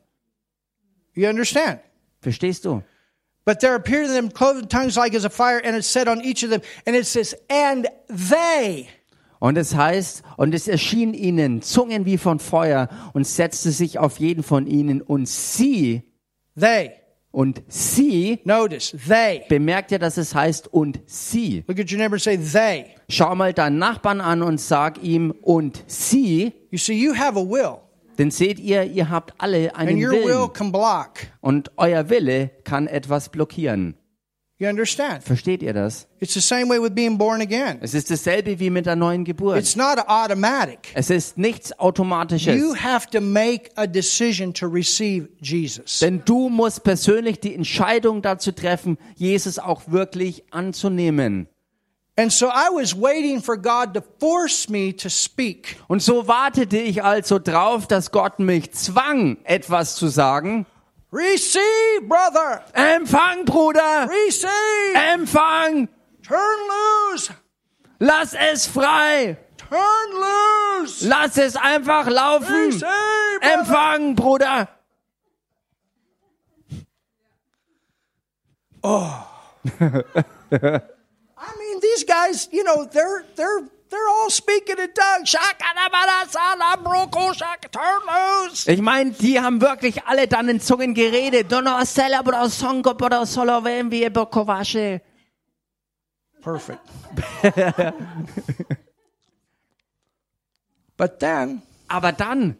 You understand? Verstehst du? But there appeared in them cloven tongues like as a fire, and it said on each of them, and it says, and they. Und es heißt, und es erschien ihnen Zungen wie von Feuer und setzte sich auf jeden von ihnen und sie, They. und sie, Notice, they. bemerkt ihr, dass es heißt, und sie. Look at your neighbor and say, they. Schau mal deinen Nachbarn an und sag ihm, und sie, You see, you have a will, denn seht ihr, ihr habt alle einen and your will Willen can block. und euer Wille kann etwas blockieren. You understand? Versteht ihr das? It's the same way with being born again. Es ist dasselbe wie mit der neuen Geburt. It's not automatic. Es ist nichts Automatisches. You have to make a decision to receive Jesus. Denn du musst persönlich die Entscheidung dazu treffen, Jesus auch wirklich anzunehmen. And so I was waiting for God to force me to speak. Und so wartete ich also drauf, dass Gott mich zwang, etwas zu sagen. Receive, brother. Empfang, Bruder! Receive. Empfang! Turn loose. Lass es frei! Turn loose. Lass es einfach laufen! Receive, brother. Empfang, Bruder! I mean, these guys, you know, they're they're they're all speaking in tongues. Turn loose. Ich meine, die haben wirklich alle dann in Zungen geredet. Perfect. But then, Aber dann,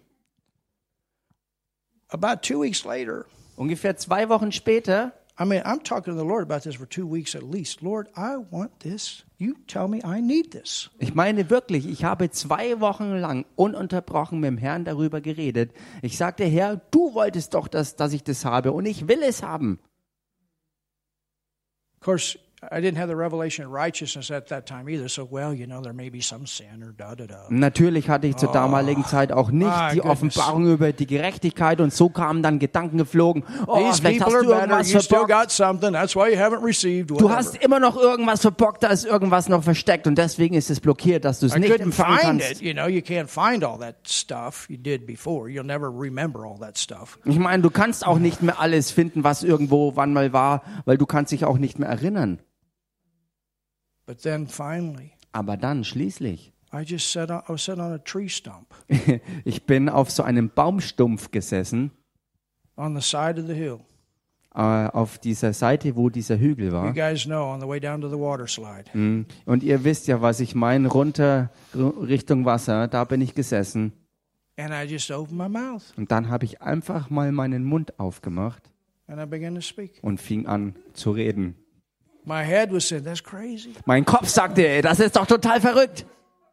about two weeks later, ungefähr zwei Wochen später, I mean, I'm talking to the Lord about this for two weeks at least. Lord, I want this. You tell me I need this. ich meine wirklich, ich habe zwei Wochen lang ununterbrochen mit dem Herrn darüber geredet. Ich sagte, Herr, du wolltest doch, dass, dass ich das habe und ich will es haben. Of course, I didn't have the revelation of righteousness at that time either. So, well, you know, there may be some sin or da da da. Natürlich hatte ich zur damaligen Zeit auch nicht my die goodness. Offenbarung über die Gerechtigkeit und so kamen dann Gedanken geflogen. Oh, These vielleicht hast people are du better. irgendwas You still verbockt. got something. That's why you haven't received Du whatever. hast immer noch irgendwas verbockt, da ist irgendwas noch versteckt und deswegen ist es blockiert, dass du es I nicht couldn't empfangen find kannst. it. You know, you can't find all that stuff you did before. You'll never remember all that stuff. Ich meine, du kannst auch nicht mehr alles finden, was irgendwo wann mal war, weil du kannst dich auch nicht mehr erinnern. But then finally, Aber dann schließlich, I just sat on, I was sitting on a tree stump ich bin auf so einem Baumstumpf gesessen, on the side of the hill. äh, auf dieser Seite, wo dieser Hügel You war. guys know, on the way down to the water slide. Mm. Und ihr wisst ja, was ich meine, runter r- Richtung Wasser, da bin ich gesessen. And I just opened my mouth Und dann habe ich einfach mal meinen Mund aufgemacht and I began to speak. und fing an zu reden. My head was saying, that's crazy. Mein Kopf sagte, ey, das ist doch total verrückt.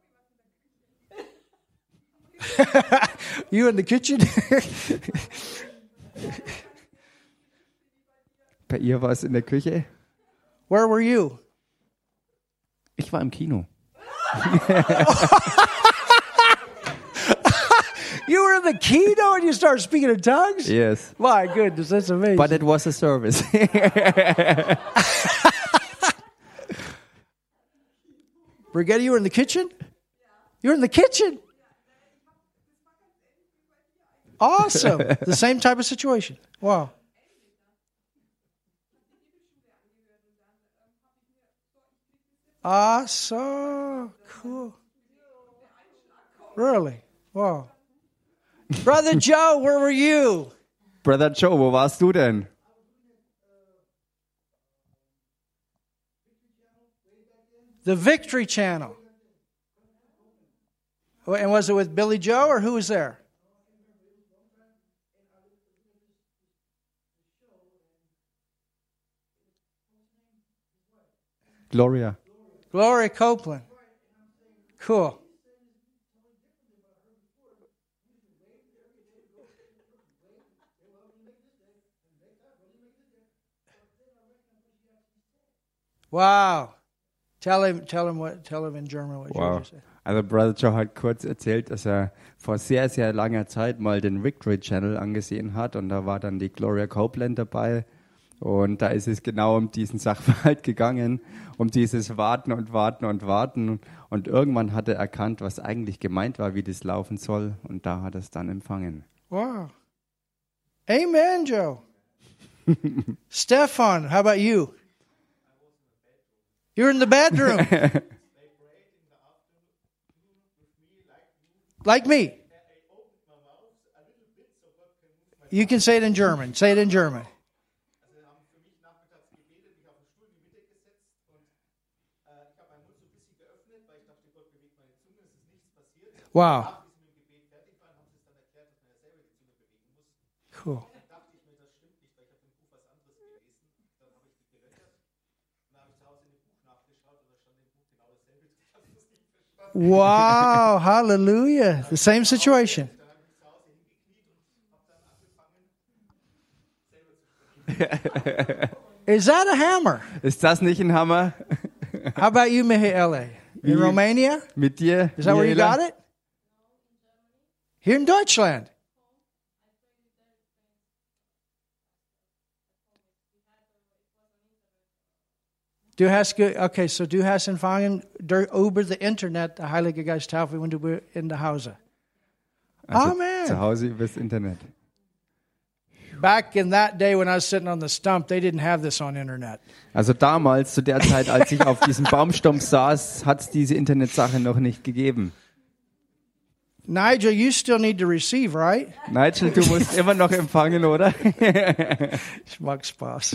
You in the kitchen? Bei ihr war es in der Küche. Where were you? Ich war im Kino. You were in the keynote and you started speaking in tongues? Yes. My goodness, that's amazing. But it was a service. Brigitte, you were in the kitchen? You were in the kitchen? Awesome. The same type of situation. Wow. Awesome. Cool. Really? Wow. Brother Joe, where were you? Brother Joe, wo warst du denn? The Victory Channel. And was it with Billy Joe or who was there? Gloria. Gloria Copeland. Cool. Wow. Tell him, tell him what, tell him in German what Wow. you just said. Also Brother Joe hat kurz erzählt, dass er vor sehr, sehr langer Zeit mal den Victory Channel angesehen hat und da war dann die Gloria Copeland dabei und da ist es genau um diesen Sachverhalt gegangen, um dieses Warten und Warten und Warten und irgendwann hat er erkannt, was eigentlich gemeint war, wie das laufen soll und da hat er es dann empfangen. Wow. Amen, Joe. Stefan, how about you? You're in the bedroom. Like me. You can say it in German. Say it in German. Wow. Cool. Wow, hallelujah. The same situation. Is that a hammer? Ist das nicht ein Hammer? How about you, Mihaele? In Wie- Romania? Mit dir? Is that where you Mihaela? got it? Here in Deutschland. Du hast ge okay, so du hast empfangen durch über the Internet der Heilige Geist Taufe, wenn du in der Hause. Also Amen. zu Hause übers Internet. Back in that day when I was sitting on the stump, they didn't have this on internet. Also damals, zu der Zeit, als ich auf diesem Baumstumpf saß, hat es diese Internetsache noch nicht gegeben. Nigel, you still need to receive, right? Nigel, du musst immer noch empfangen, oder? Ich mag Spaß.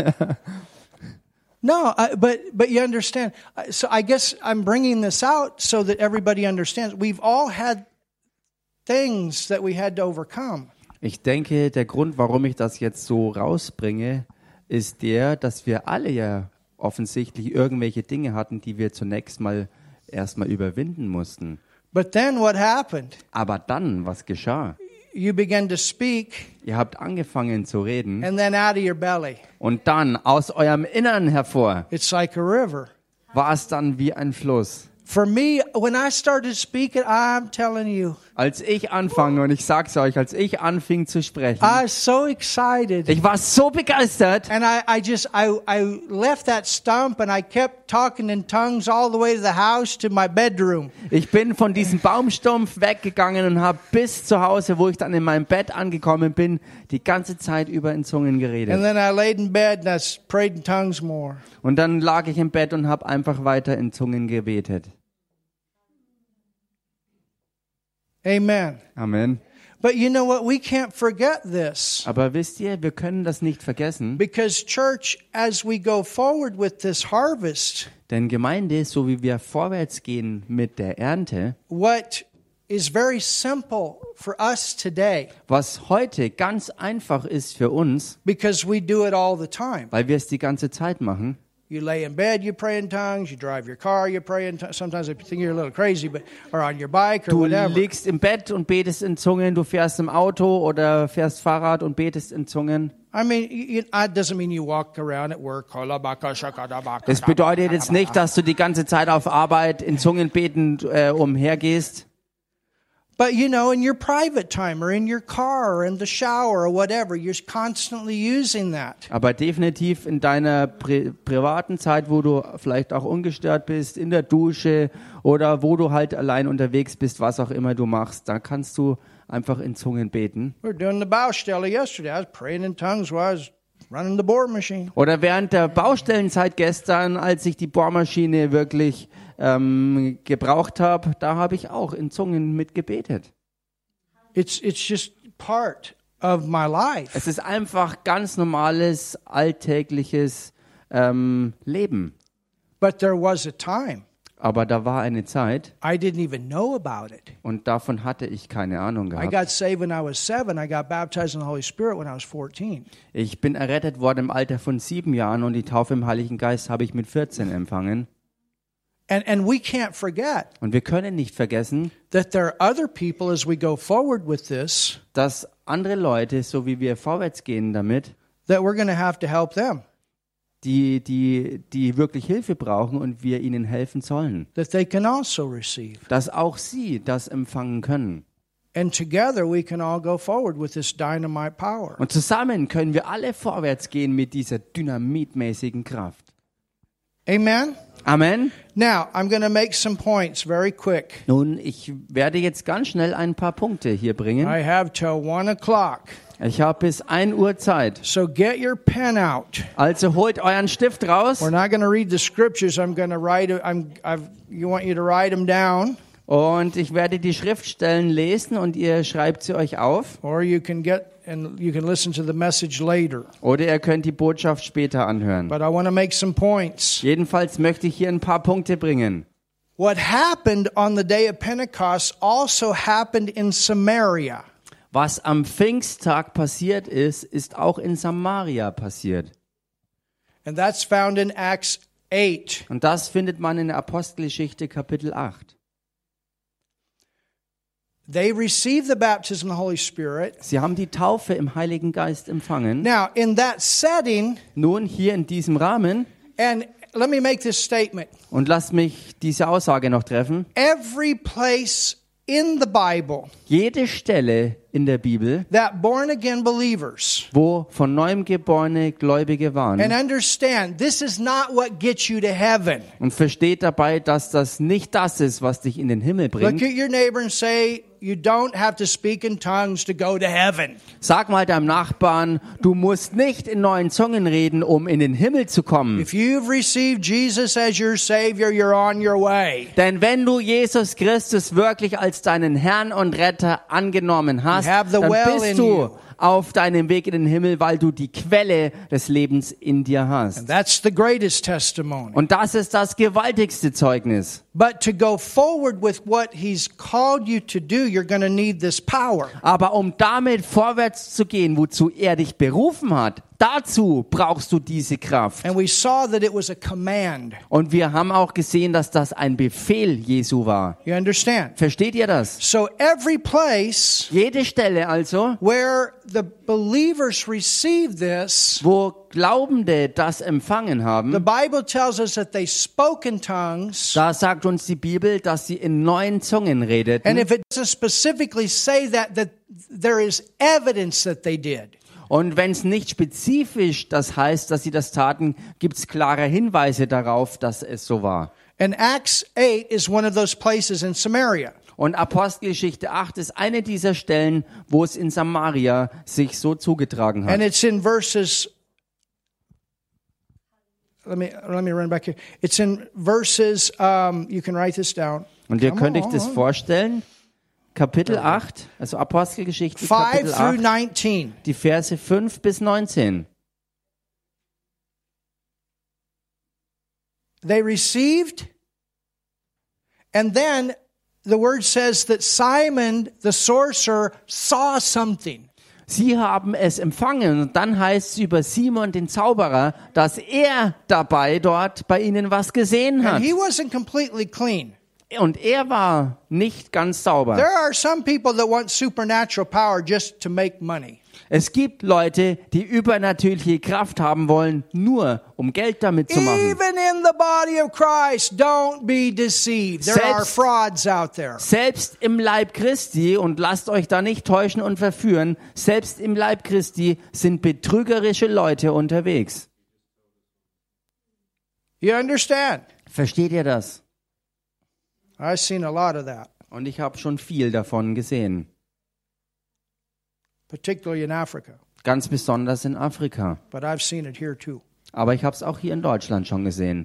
No, I, but but you understand. I- So I guess I'm bringing this out so that everybody understands. We've all had things that we had to overcome. Ich denke, der Grund, warum ich das jetzt so rausbringe, ist der, dass wir alle ja offensichtlich irgendwelche Dinge hatten, die wir zunächst mal erstmal überwinden mussten. But then what happened? Aber dann, was geschah? you begin to speak, Ihr habt angefangen zu reden and then out of your belly, und dann aus eurem Innern hervor it's like a river. war es dann wie ein Fluss. For me, when I started speaking, I'm telling you, Als ich anfange, und ich sag's euch, als ich anfing zu sprechen, I was so excited. ich war so begeistert. And I, I just, I, I left that stump and I kept talking in tongues all the way to the house to my bedroom. Ich bin von diesem Baumstumpf weggegangen und habe bis zu Hause, wo ich dann in meinem Bett angekommen bin, die ganze Zeit über in Zungen And geredet. then I laid in bed and I s- prayed in tongues more. Und dann lag ich im Bett und habe einfach weiter in Zungen gebetet. Amen. Amen. But you know what? We can't forget this. Aber wisst ihr, wir können das nicht vergessen, Because church, as we go forward with this harvest, denn Gemeinde, so wie wir vorwärts gehen mit der Ernte, what is very simple for us today, was heute ganz einfach ist für uns, because we do it all the time. weil wir es die ganze Zeit machen. You lay in bed, you pray in tongues. You drive your car, you pray in tongues. Sometimes I think you're a little crazy, but or on your bike or Du whatever. liegst im Bett und betest in Zungen, du fährst im Auto oder fährst Fahrrad und betest in Zungen. I mean, you, it doesn't mean you walk around at work. Das bedeutet jetzt nicht, dass du die ganze Zeit auf Arbeit in Zungen betend äh, umhergehst. But you know, in your private time or in your car or in the shower or whatever, you're constantly using that. Aber definitiv in deiner pri privaten Zeit, wo du vielleicht auch ungestört bist, in der Dusche oder wo du halt allein unterwegs bist, was auch immer du machst, da kannst du einfach in Zungen beten. We were doing the Baustelle yesterday. I was praying in tongues while I was running the bore machine. Oder während der Baustellenzeit gestern, als ich die Bohrmaschine wirklich ähm, gebraucht habe, da habe ich auch in Zungen mitgebetet. It's it's just part of my life. Es ist einfach ganz normales, alltägliches ähm, Leben. But there was a time Aber da war eine Zeit, I didn't even know about it. und davon hatte ich keine Ahnung I gehabt. got saved when I was seven. I got baptized in the Holy Spirit when I was fourteen. Ich bin errettet worden im Alter von sieben Jahren und die Taufe im Heiligen Geist habe ich mit vierzehn empfangen. And and we can't forget Und wir können nicht vergessen, that there are other people as we go forward with this dass andere Leute, so wie wir vorwärts gehen damit, that we're going to have to help them, die, die, die wirklich Hilfe brauchen und wir ihnen helfen sollen, that they can also receive. dass auch sie das empfangen können. And together we can all go forward with this dynamite power. Und zusammen können wir alle vorwärts gehen mit dieser dynamitmäßigen Kraft. Amen? Amen. Now, I'm going to make some points very quick. Nun, ich werde jetzt ganz schnell ein paar Punkte hier bringen. I have till one o'clock. Ich habe bis ein Uhr Zeit. So get your pen out. Also holt euren Stift raus We're not going to read the scriptures. I'm going to write it. I'm, I've, you want you to write them down, und ich werde die Schriftstellen lesen und ihr schreibt sie euch auf. or you can get and you can listen to the message later. Oder ihr könnt die Botschaft später anhören. But I want to make some points. Jedenfalls möchte ich hier ein paar Punkte bringen. What happened on the day of Pentecost also happened in Samaria. Was am Pfingsttag passiert ist, ist auch in Samaria passiert. And that's found in Acts eight. Und das findet man in der Apostelgeschichte Kapitel acht. They received the baptism of the Holy Spirit. Sie haben die Taufe im Heiligen Geist empfangen. Now, in that setting, Nun hier in diesem Rahmen, and let me make this statement. und lasst mich diese Aussage noch treffen, Every place in the Bible jede Stelle in der Bibel, that born again believers, wo von neuem geborene Gläubige and waren, understand this is not what gets you to heaven. und versteht dabei, dass das nicht das ist, was dich in den Himmel Look bringt. at your neighbor and say, you don't have to speak in tongues to go to heaven. Sag mal deinem Nachbarn, du musst nicht in neuen Zungen reden, um in den Himmel zu kommen. If you've received Jesus as your Savior, you're on your way. Denn wenn du Jesus Christus wirklich als deinen Herrn und Retter angenommen hast, You have the dann well in bist you. du auf deinem Weg in den Himmel, weil du die Quelle des Lebens in dir hast. And that's the greatest testimony. Und das ist das gewaltigste Zeugnis. But to go forward with what He's called you to do, you're going to need this power. Aber um damit vorwärts zu gehen, wozu er dich berufen hat, Dazu brauchst du diese Kraft. And we saw that it was a command. Und wir haben auch gesehen, dass das ein Befehl Jesu war. You understand? Versteht ihr das? So every place Jede Stelle also, where the believers receive this, wo Glaubende das empfangen the haben, Bible tells us that they spoke in tongues. da sagt uns die Bibel, dass sie in neuen Zungen And redeten. if it doesn't specifically say that, that there is evidence that they did. Und wenn es nicht spezifisch das heißt, dass sie das taten, gibt es klare Hinweise darauf, dass es so war. And Acts eight is one of those places in Samaria. Und Apostelgeschichte acht ist eine dieser Stellen, wo es in Samaria sich so zugetragen And hat. it's in verses, let me, let me run back here. It's in verses, um, you can write this down. Und ihr Come könnt euch das on. vorstellen, Kapitel acht, also Apostelgeschichte five Kapitel through acht, nineteen. die Verse fünf bis neunzehn. They received, and then the word says that Simon the sorcerer saw something. Sie haben es empfangen und dann heißt es über Simon den Zauberer, dass er dabei dort bei ihnen was gesehen hat. And he wasn't completely clean. Und er war nicht ganz sauber. There are some people that want supernatural power just to make money. Es gibt Leute, die übernatürliche Kraft haben wollen, nur um Geld damit zu machen. Even in the body of Christ, don't be deceived. There are Selbst- frauds out there. Selbst im Leib Christi, und lasst euch da nicht täuschen und verführen, selbst im Leib Christi sind betrügerische Leute unterwegs. You understand? Versteht ihr das? I've seen a lot of that, Und ich habe schon viel davon gesehen. particularly in Africa. Ganz besonders in Afrika. But I've seen it here too. Aber ich habe es auch hier in Deutschland schon gesehen.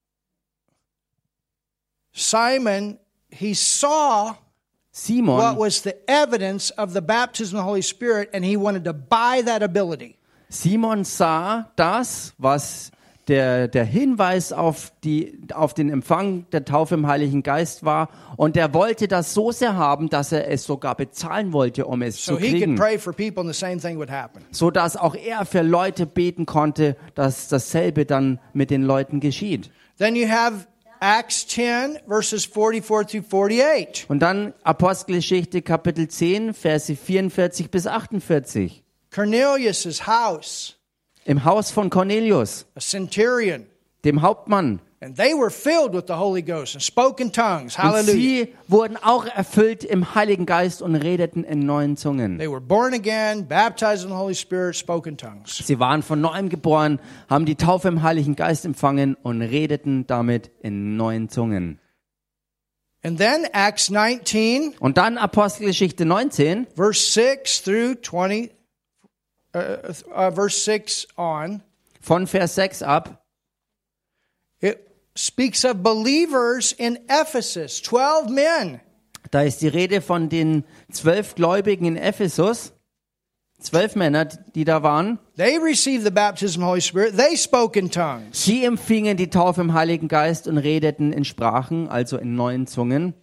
Simon, he saw what Simon, was the evidence of the baptism of the Holy Spirit, and he wanted to buy that ability. Simon sah das, was der, der Hinweis auf, die, auf den Empfang der Taufe im Heiligen Geist war. Und er wollte das so sehr haben, dass er es sogar bezahlen wollte, um es So zu he could kriegen. pray for people and the same thing would happen. So dass auch er für Leute beten konnte, dass dasselbe dann mit den Leuten geschieht. Then you have Acts ten, verses forty-four through forty-eight. Und dann Apostelgeschichte Kapitel zehn, Verse vierundvierzig bis achtundvierzig. Cornelius' house, Im Haus von Cornelius, a centurion, dem Hauptmann. and they were filled with the Holy Ghost and spoke in tongues. Und Hallelujah. sie wurden auch erfüllt im Heiligen Geist und redeten in neuen Zungen. They were born again, baptized in the Holy Spirit, spoke in tongues. Sie waren von neuem geboren, haben die Taufe im Heiligen Geist empfangen und redeten damit in neuen Zungen. And then Acts nineteen, Und dann Apostelgeschichte neunzehn, verse six through twenty, uh, uh, verse six on, von Vers sechs ab. it speaks of believers in Ephesus, twelve men. Da ist die Rede von den zwölf Gläubigen in Ephesus. Zwölf Männer, die da waren. They received the baptism of the Holy Spirit. They spoke in tongues. Sie empfingen die Taufe im Heiligen Geist und redeten in Sprachen, also in neuen Zungen.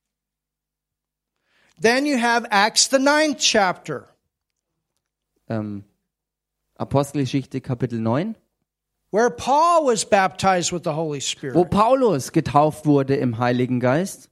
Then you have Acts, the ninth chapter. Ähm, Apostelgeschichte Kapitel neun, Where Paul was baptized with the Holy Spirit. wo Paulus getauft wurde im Heiligen Geist.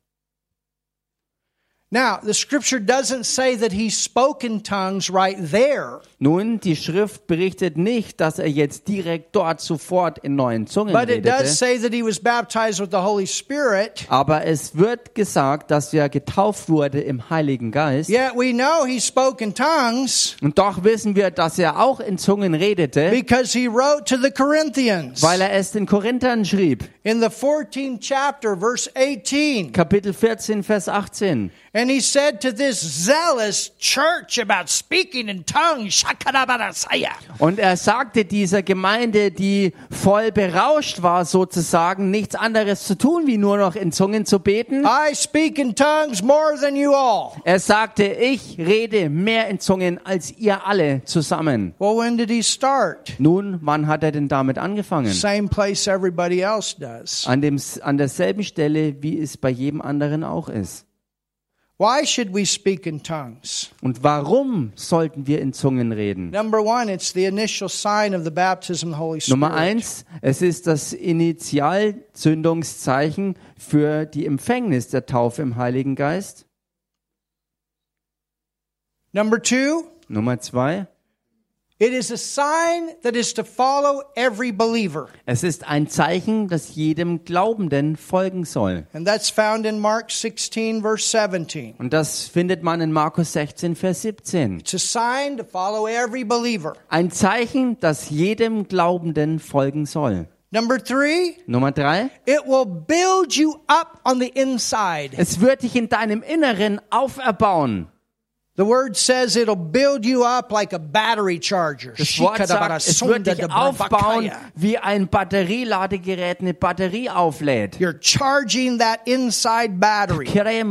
Now, the scripture doesn't say that he spoke in tongues right there, Nun, die Schrift berichtet nicht, dass er jetzt direkt dort sofort in neuen Zungen but it does redete. say that he was baptized with the Holy Spirit. Aber es wird gesagt, dass er getauft wurde im Heiligen Geist. Yet we know he spoke in tongues Und doch wissen wir, dass er auch in Zungen redete, because he wrote to the Corinthians weil er es den Korinthern schrieb. in the fourteenth chapter, verse eighteen. Kapitel vierzehn, Vers achtzehn. And he said to this zealous church about speaking in tongues, Shakarabarasaya. Und er sagte dieser Gemeinde, die voll berauscht war sozusagen, nichts anderes zu tun, wie nur noch in Zungen zu beten. I speak in tongues more than you all. Er sagte, ich rede mehr in Zungen als ihr alle zusammen. Well, when did he start? Nun, wann hat er denn damit angefangen? Same place everybody else does. An, dem, an derselben Stelle, wie es bei jedem anderen auch ist. Why should we speak in tongues? Und warum sollten wir in Zungen reden? Number one, it's the initial sign of the baptism of the Holy Nummer Spirit. eins, es ist das Initialzündungszeichen für die Empfängnis der Taufe im Heiligen Geist. Number two, Nummer zwei, it is a sign that is to follow every believer. es ist ein Zeichen, das jedem Glaubenden folgen soll. And that's found in Mark sixteen, verse seventeen. Und das findet man in Markus sechzehn, Vers siebzehn. It's a sign to follow every believer. Ein Zeichen, das jedem Glaubenden folgen soll. Number three, Nummer drei, it will build you up on the inside. es wird dich in deinem Inneren auferbauen. The word says it'll build you up like a battery charger. Das Wort sagt, es wird dich aufbauen, wie ein Batterieladegerät eine Batterie auflädt. You're charging that inside battery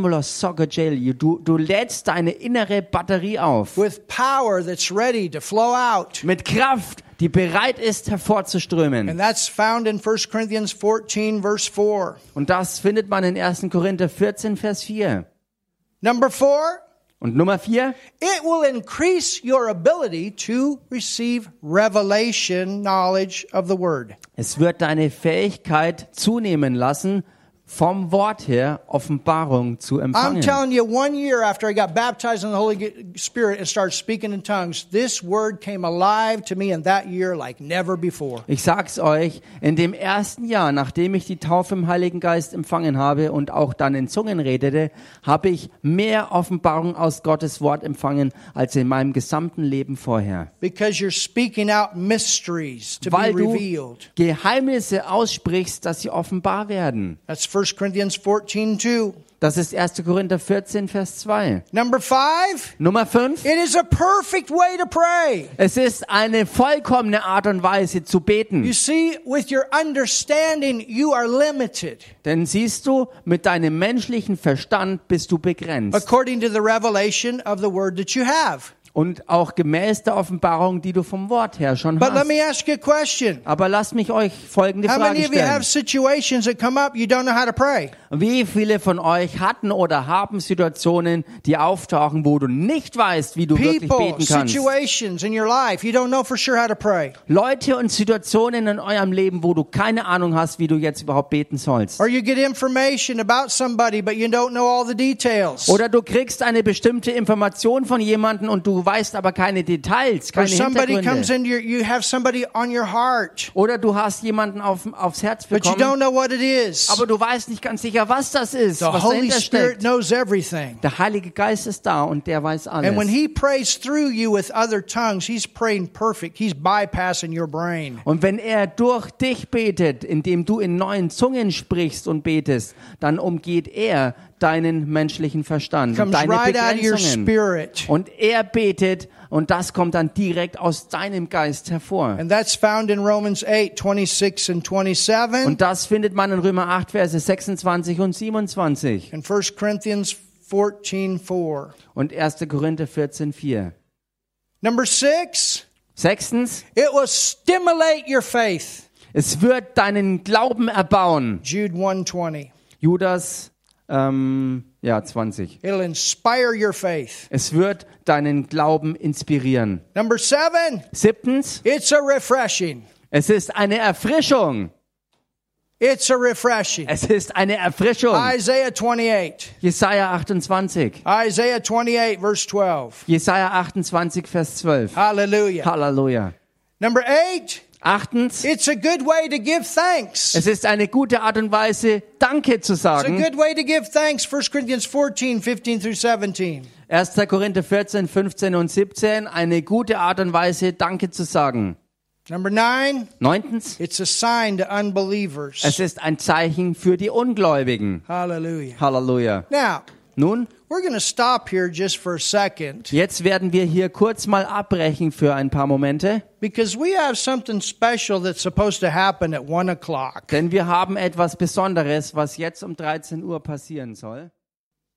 Du, du lädst deine innere Batterie auf. with power that's ready to flow out. Mit Kraft, die bereit ist, hervorzuströmen. And that's found in First Corinthians fourteen, verse four. Und das findet man in ersten Korinther vierzehn, Vers vier. Number four, Und Nummer vier, it will increase your ability to receive revelation knowledge of the word. es wird deine Fähigkeit zunehmen lassen, vom Wort her Offenbarung zu I'm empfangen. telling you, one year after I got baptized in the Holy Spirit and started speaking in tongues, this word came alive to me in that year like never before. Ich sag's euch, in dem ersten Jahr, nachdem ich die Taufe im Heiligen Geist empfangen habe und auch dann in Zungen redete, habe ich mehr Offenbarung aus Gottes Wort empfangen als in meinem gesamten Leben vorher. Because you're speaking out mysteries to be Weil du revealed. Geheimnisse aussprichst, dass sie offenbar werden. That's First Corinthians fourteen, two. Das ist erster Korinther vierzehn, Vers zwei. Number five, Nummer fünf. it is a perfect way to pray. Es ist eine vollkommene Art und Weise zu You beten. see, with your understanding, you are limited. Denn siehst du, mit deinem menschlichen Verstand bist du begrenzt. According to the revelation of the word that you have. Und auch gemäß der Offenbarung, die du vom Wort her schon But let hast. me ask you a question. Aber lasst mich euch folgende How Frage many of you have stellen. situations that come up you don't know how to pray? Wie viele von euch hatten oder haben Situationen, die auftauchen, wo du nicht weißt, wie du wirklich People, beten kannst? situations in your life you don't know for sure how to pray. Leute und Situationen in eurem Leben, wo du keine Ahnung hast, wie du jetzt überhaupt beten sollst. Or you get information about somebody but you don't know all the details. Oder du kriegst eine bestimmte Information von jemandem und du weißt aber keine Details, Or keine somebody comes Hintergründe. in your, you have somebody on your heart Oder du hast jemanden auf, aufs Herz but you bekommen, don't know what it is. aber du weißt nicht ganz sicher, was das ist, The was Holy dahinter Spirit steckt. knows everything. Der Heilige Geist ist da und der weiß And when alles. he prays through you with other tongues, he's praying perfect. He's bypassing your brain. Und wenn er durch dich betet, indem du in neuen Zungen sprichst und betest, dann umgeht er deinen menschlichen Verstand und Comes deine right out of your Begrenzungen. spirit. Und er betet und das kommt dann direkt aus deinem Geist hervor. And that's found in Romans eight, twenty-six and twenty-seven. Und das findet man in Römer acht, Verse sechsundzwanzig und siebenundzwanzig. And First Corinthians fourteen, four. Und erster Korinther vierzehn, vier. Number six, Sechstens, it will stimulate your faith. es wird deinen Glauben erbauen. Jude one, twenty. Judas, ähm, ja, zwanzig. It'll inspire your faith. Es wird deinen Glauben inspirieren. Number seven, Siebtens, it's a refreshing. es ist eine Erfrischung. It's a refreshing. Es ist eine Erfrischung. Isaiah twenty-eight. Jesaja achtundzwanzig. Isaiah twenty-eight, verse twelve. Jesaja achtundzwanzig, Vers zwölf. Hallelujah. Halleluja. Number eight, Achtens, it's a good way to give thanks. es ist eine gute Art und Weise, Danke zu It's a sagen. good way to give thanks. First Corinthians fourteen, fifteen through seventeen. erster Korinther vierzehn, fünfzehn und siebzehn, eine gute Art und Weise, Danke zu sagen. Number nine, Neuntens, it's a sign to unbelievers. es ist ein Zeichen für die Ungläubigen. Hallelujah. Halleluja. Now, Nun, we're going to stop here just for a second jetzt werden wir hier kurz mal abbrechen für ein paar Momente, because we have something special that's supposed to happen at one o'clock. denn wir haben etwas Besonderes, was jetzt um dreizehn Uhr passieren soll.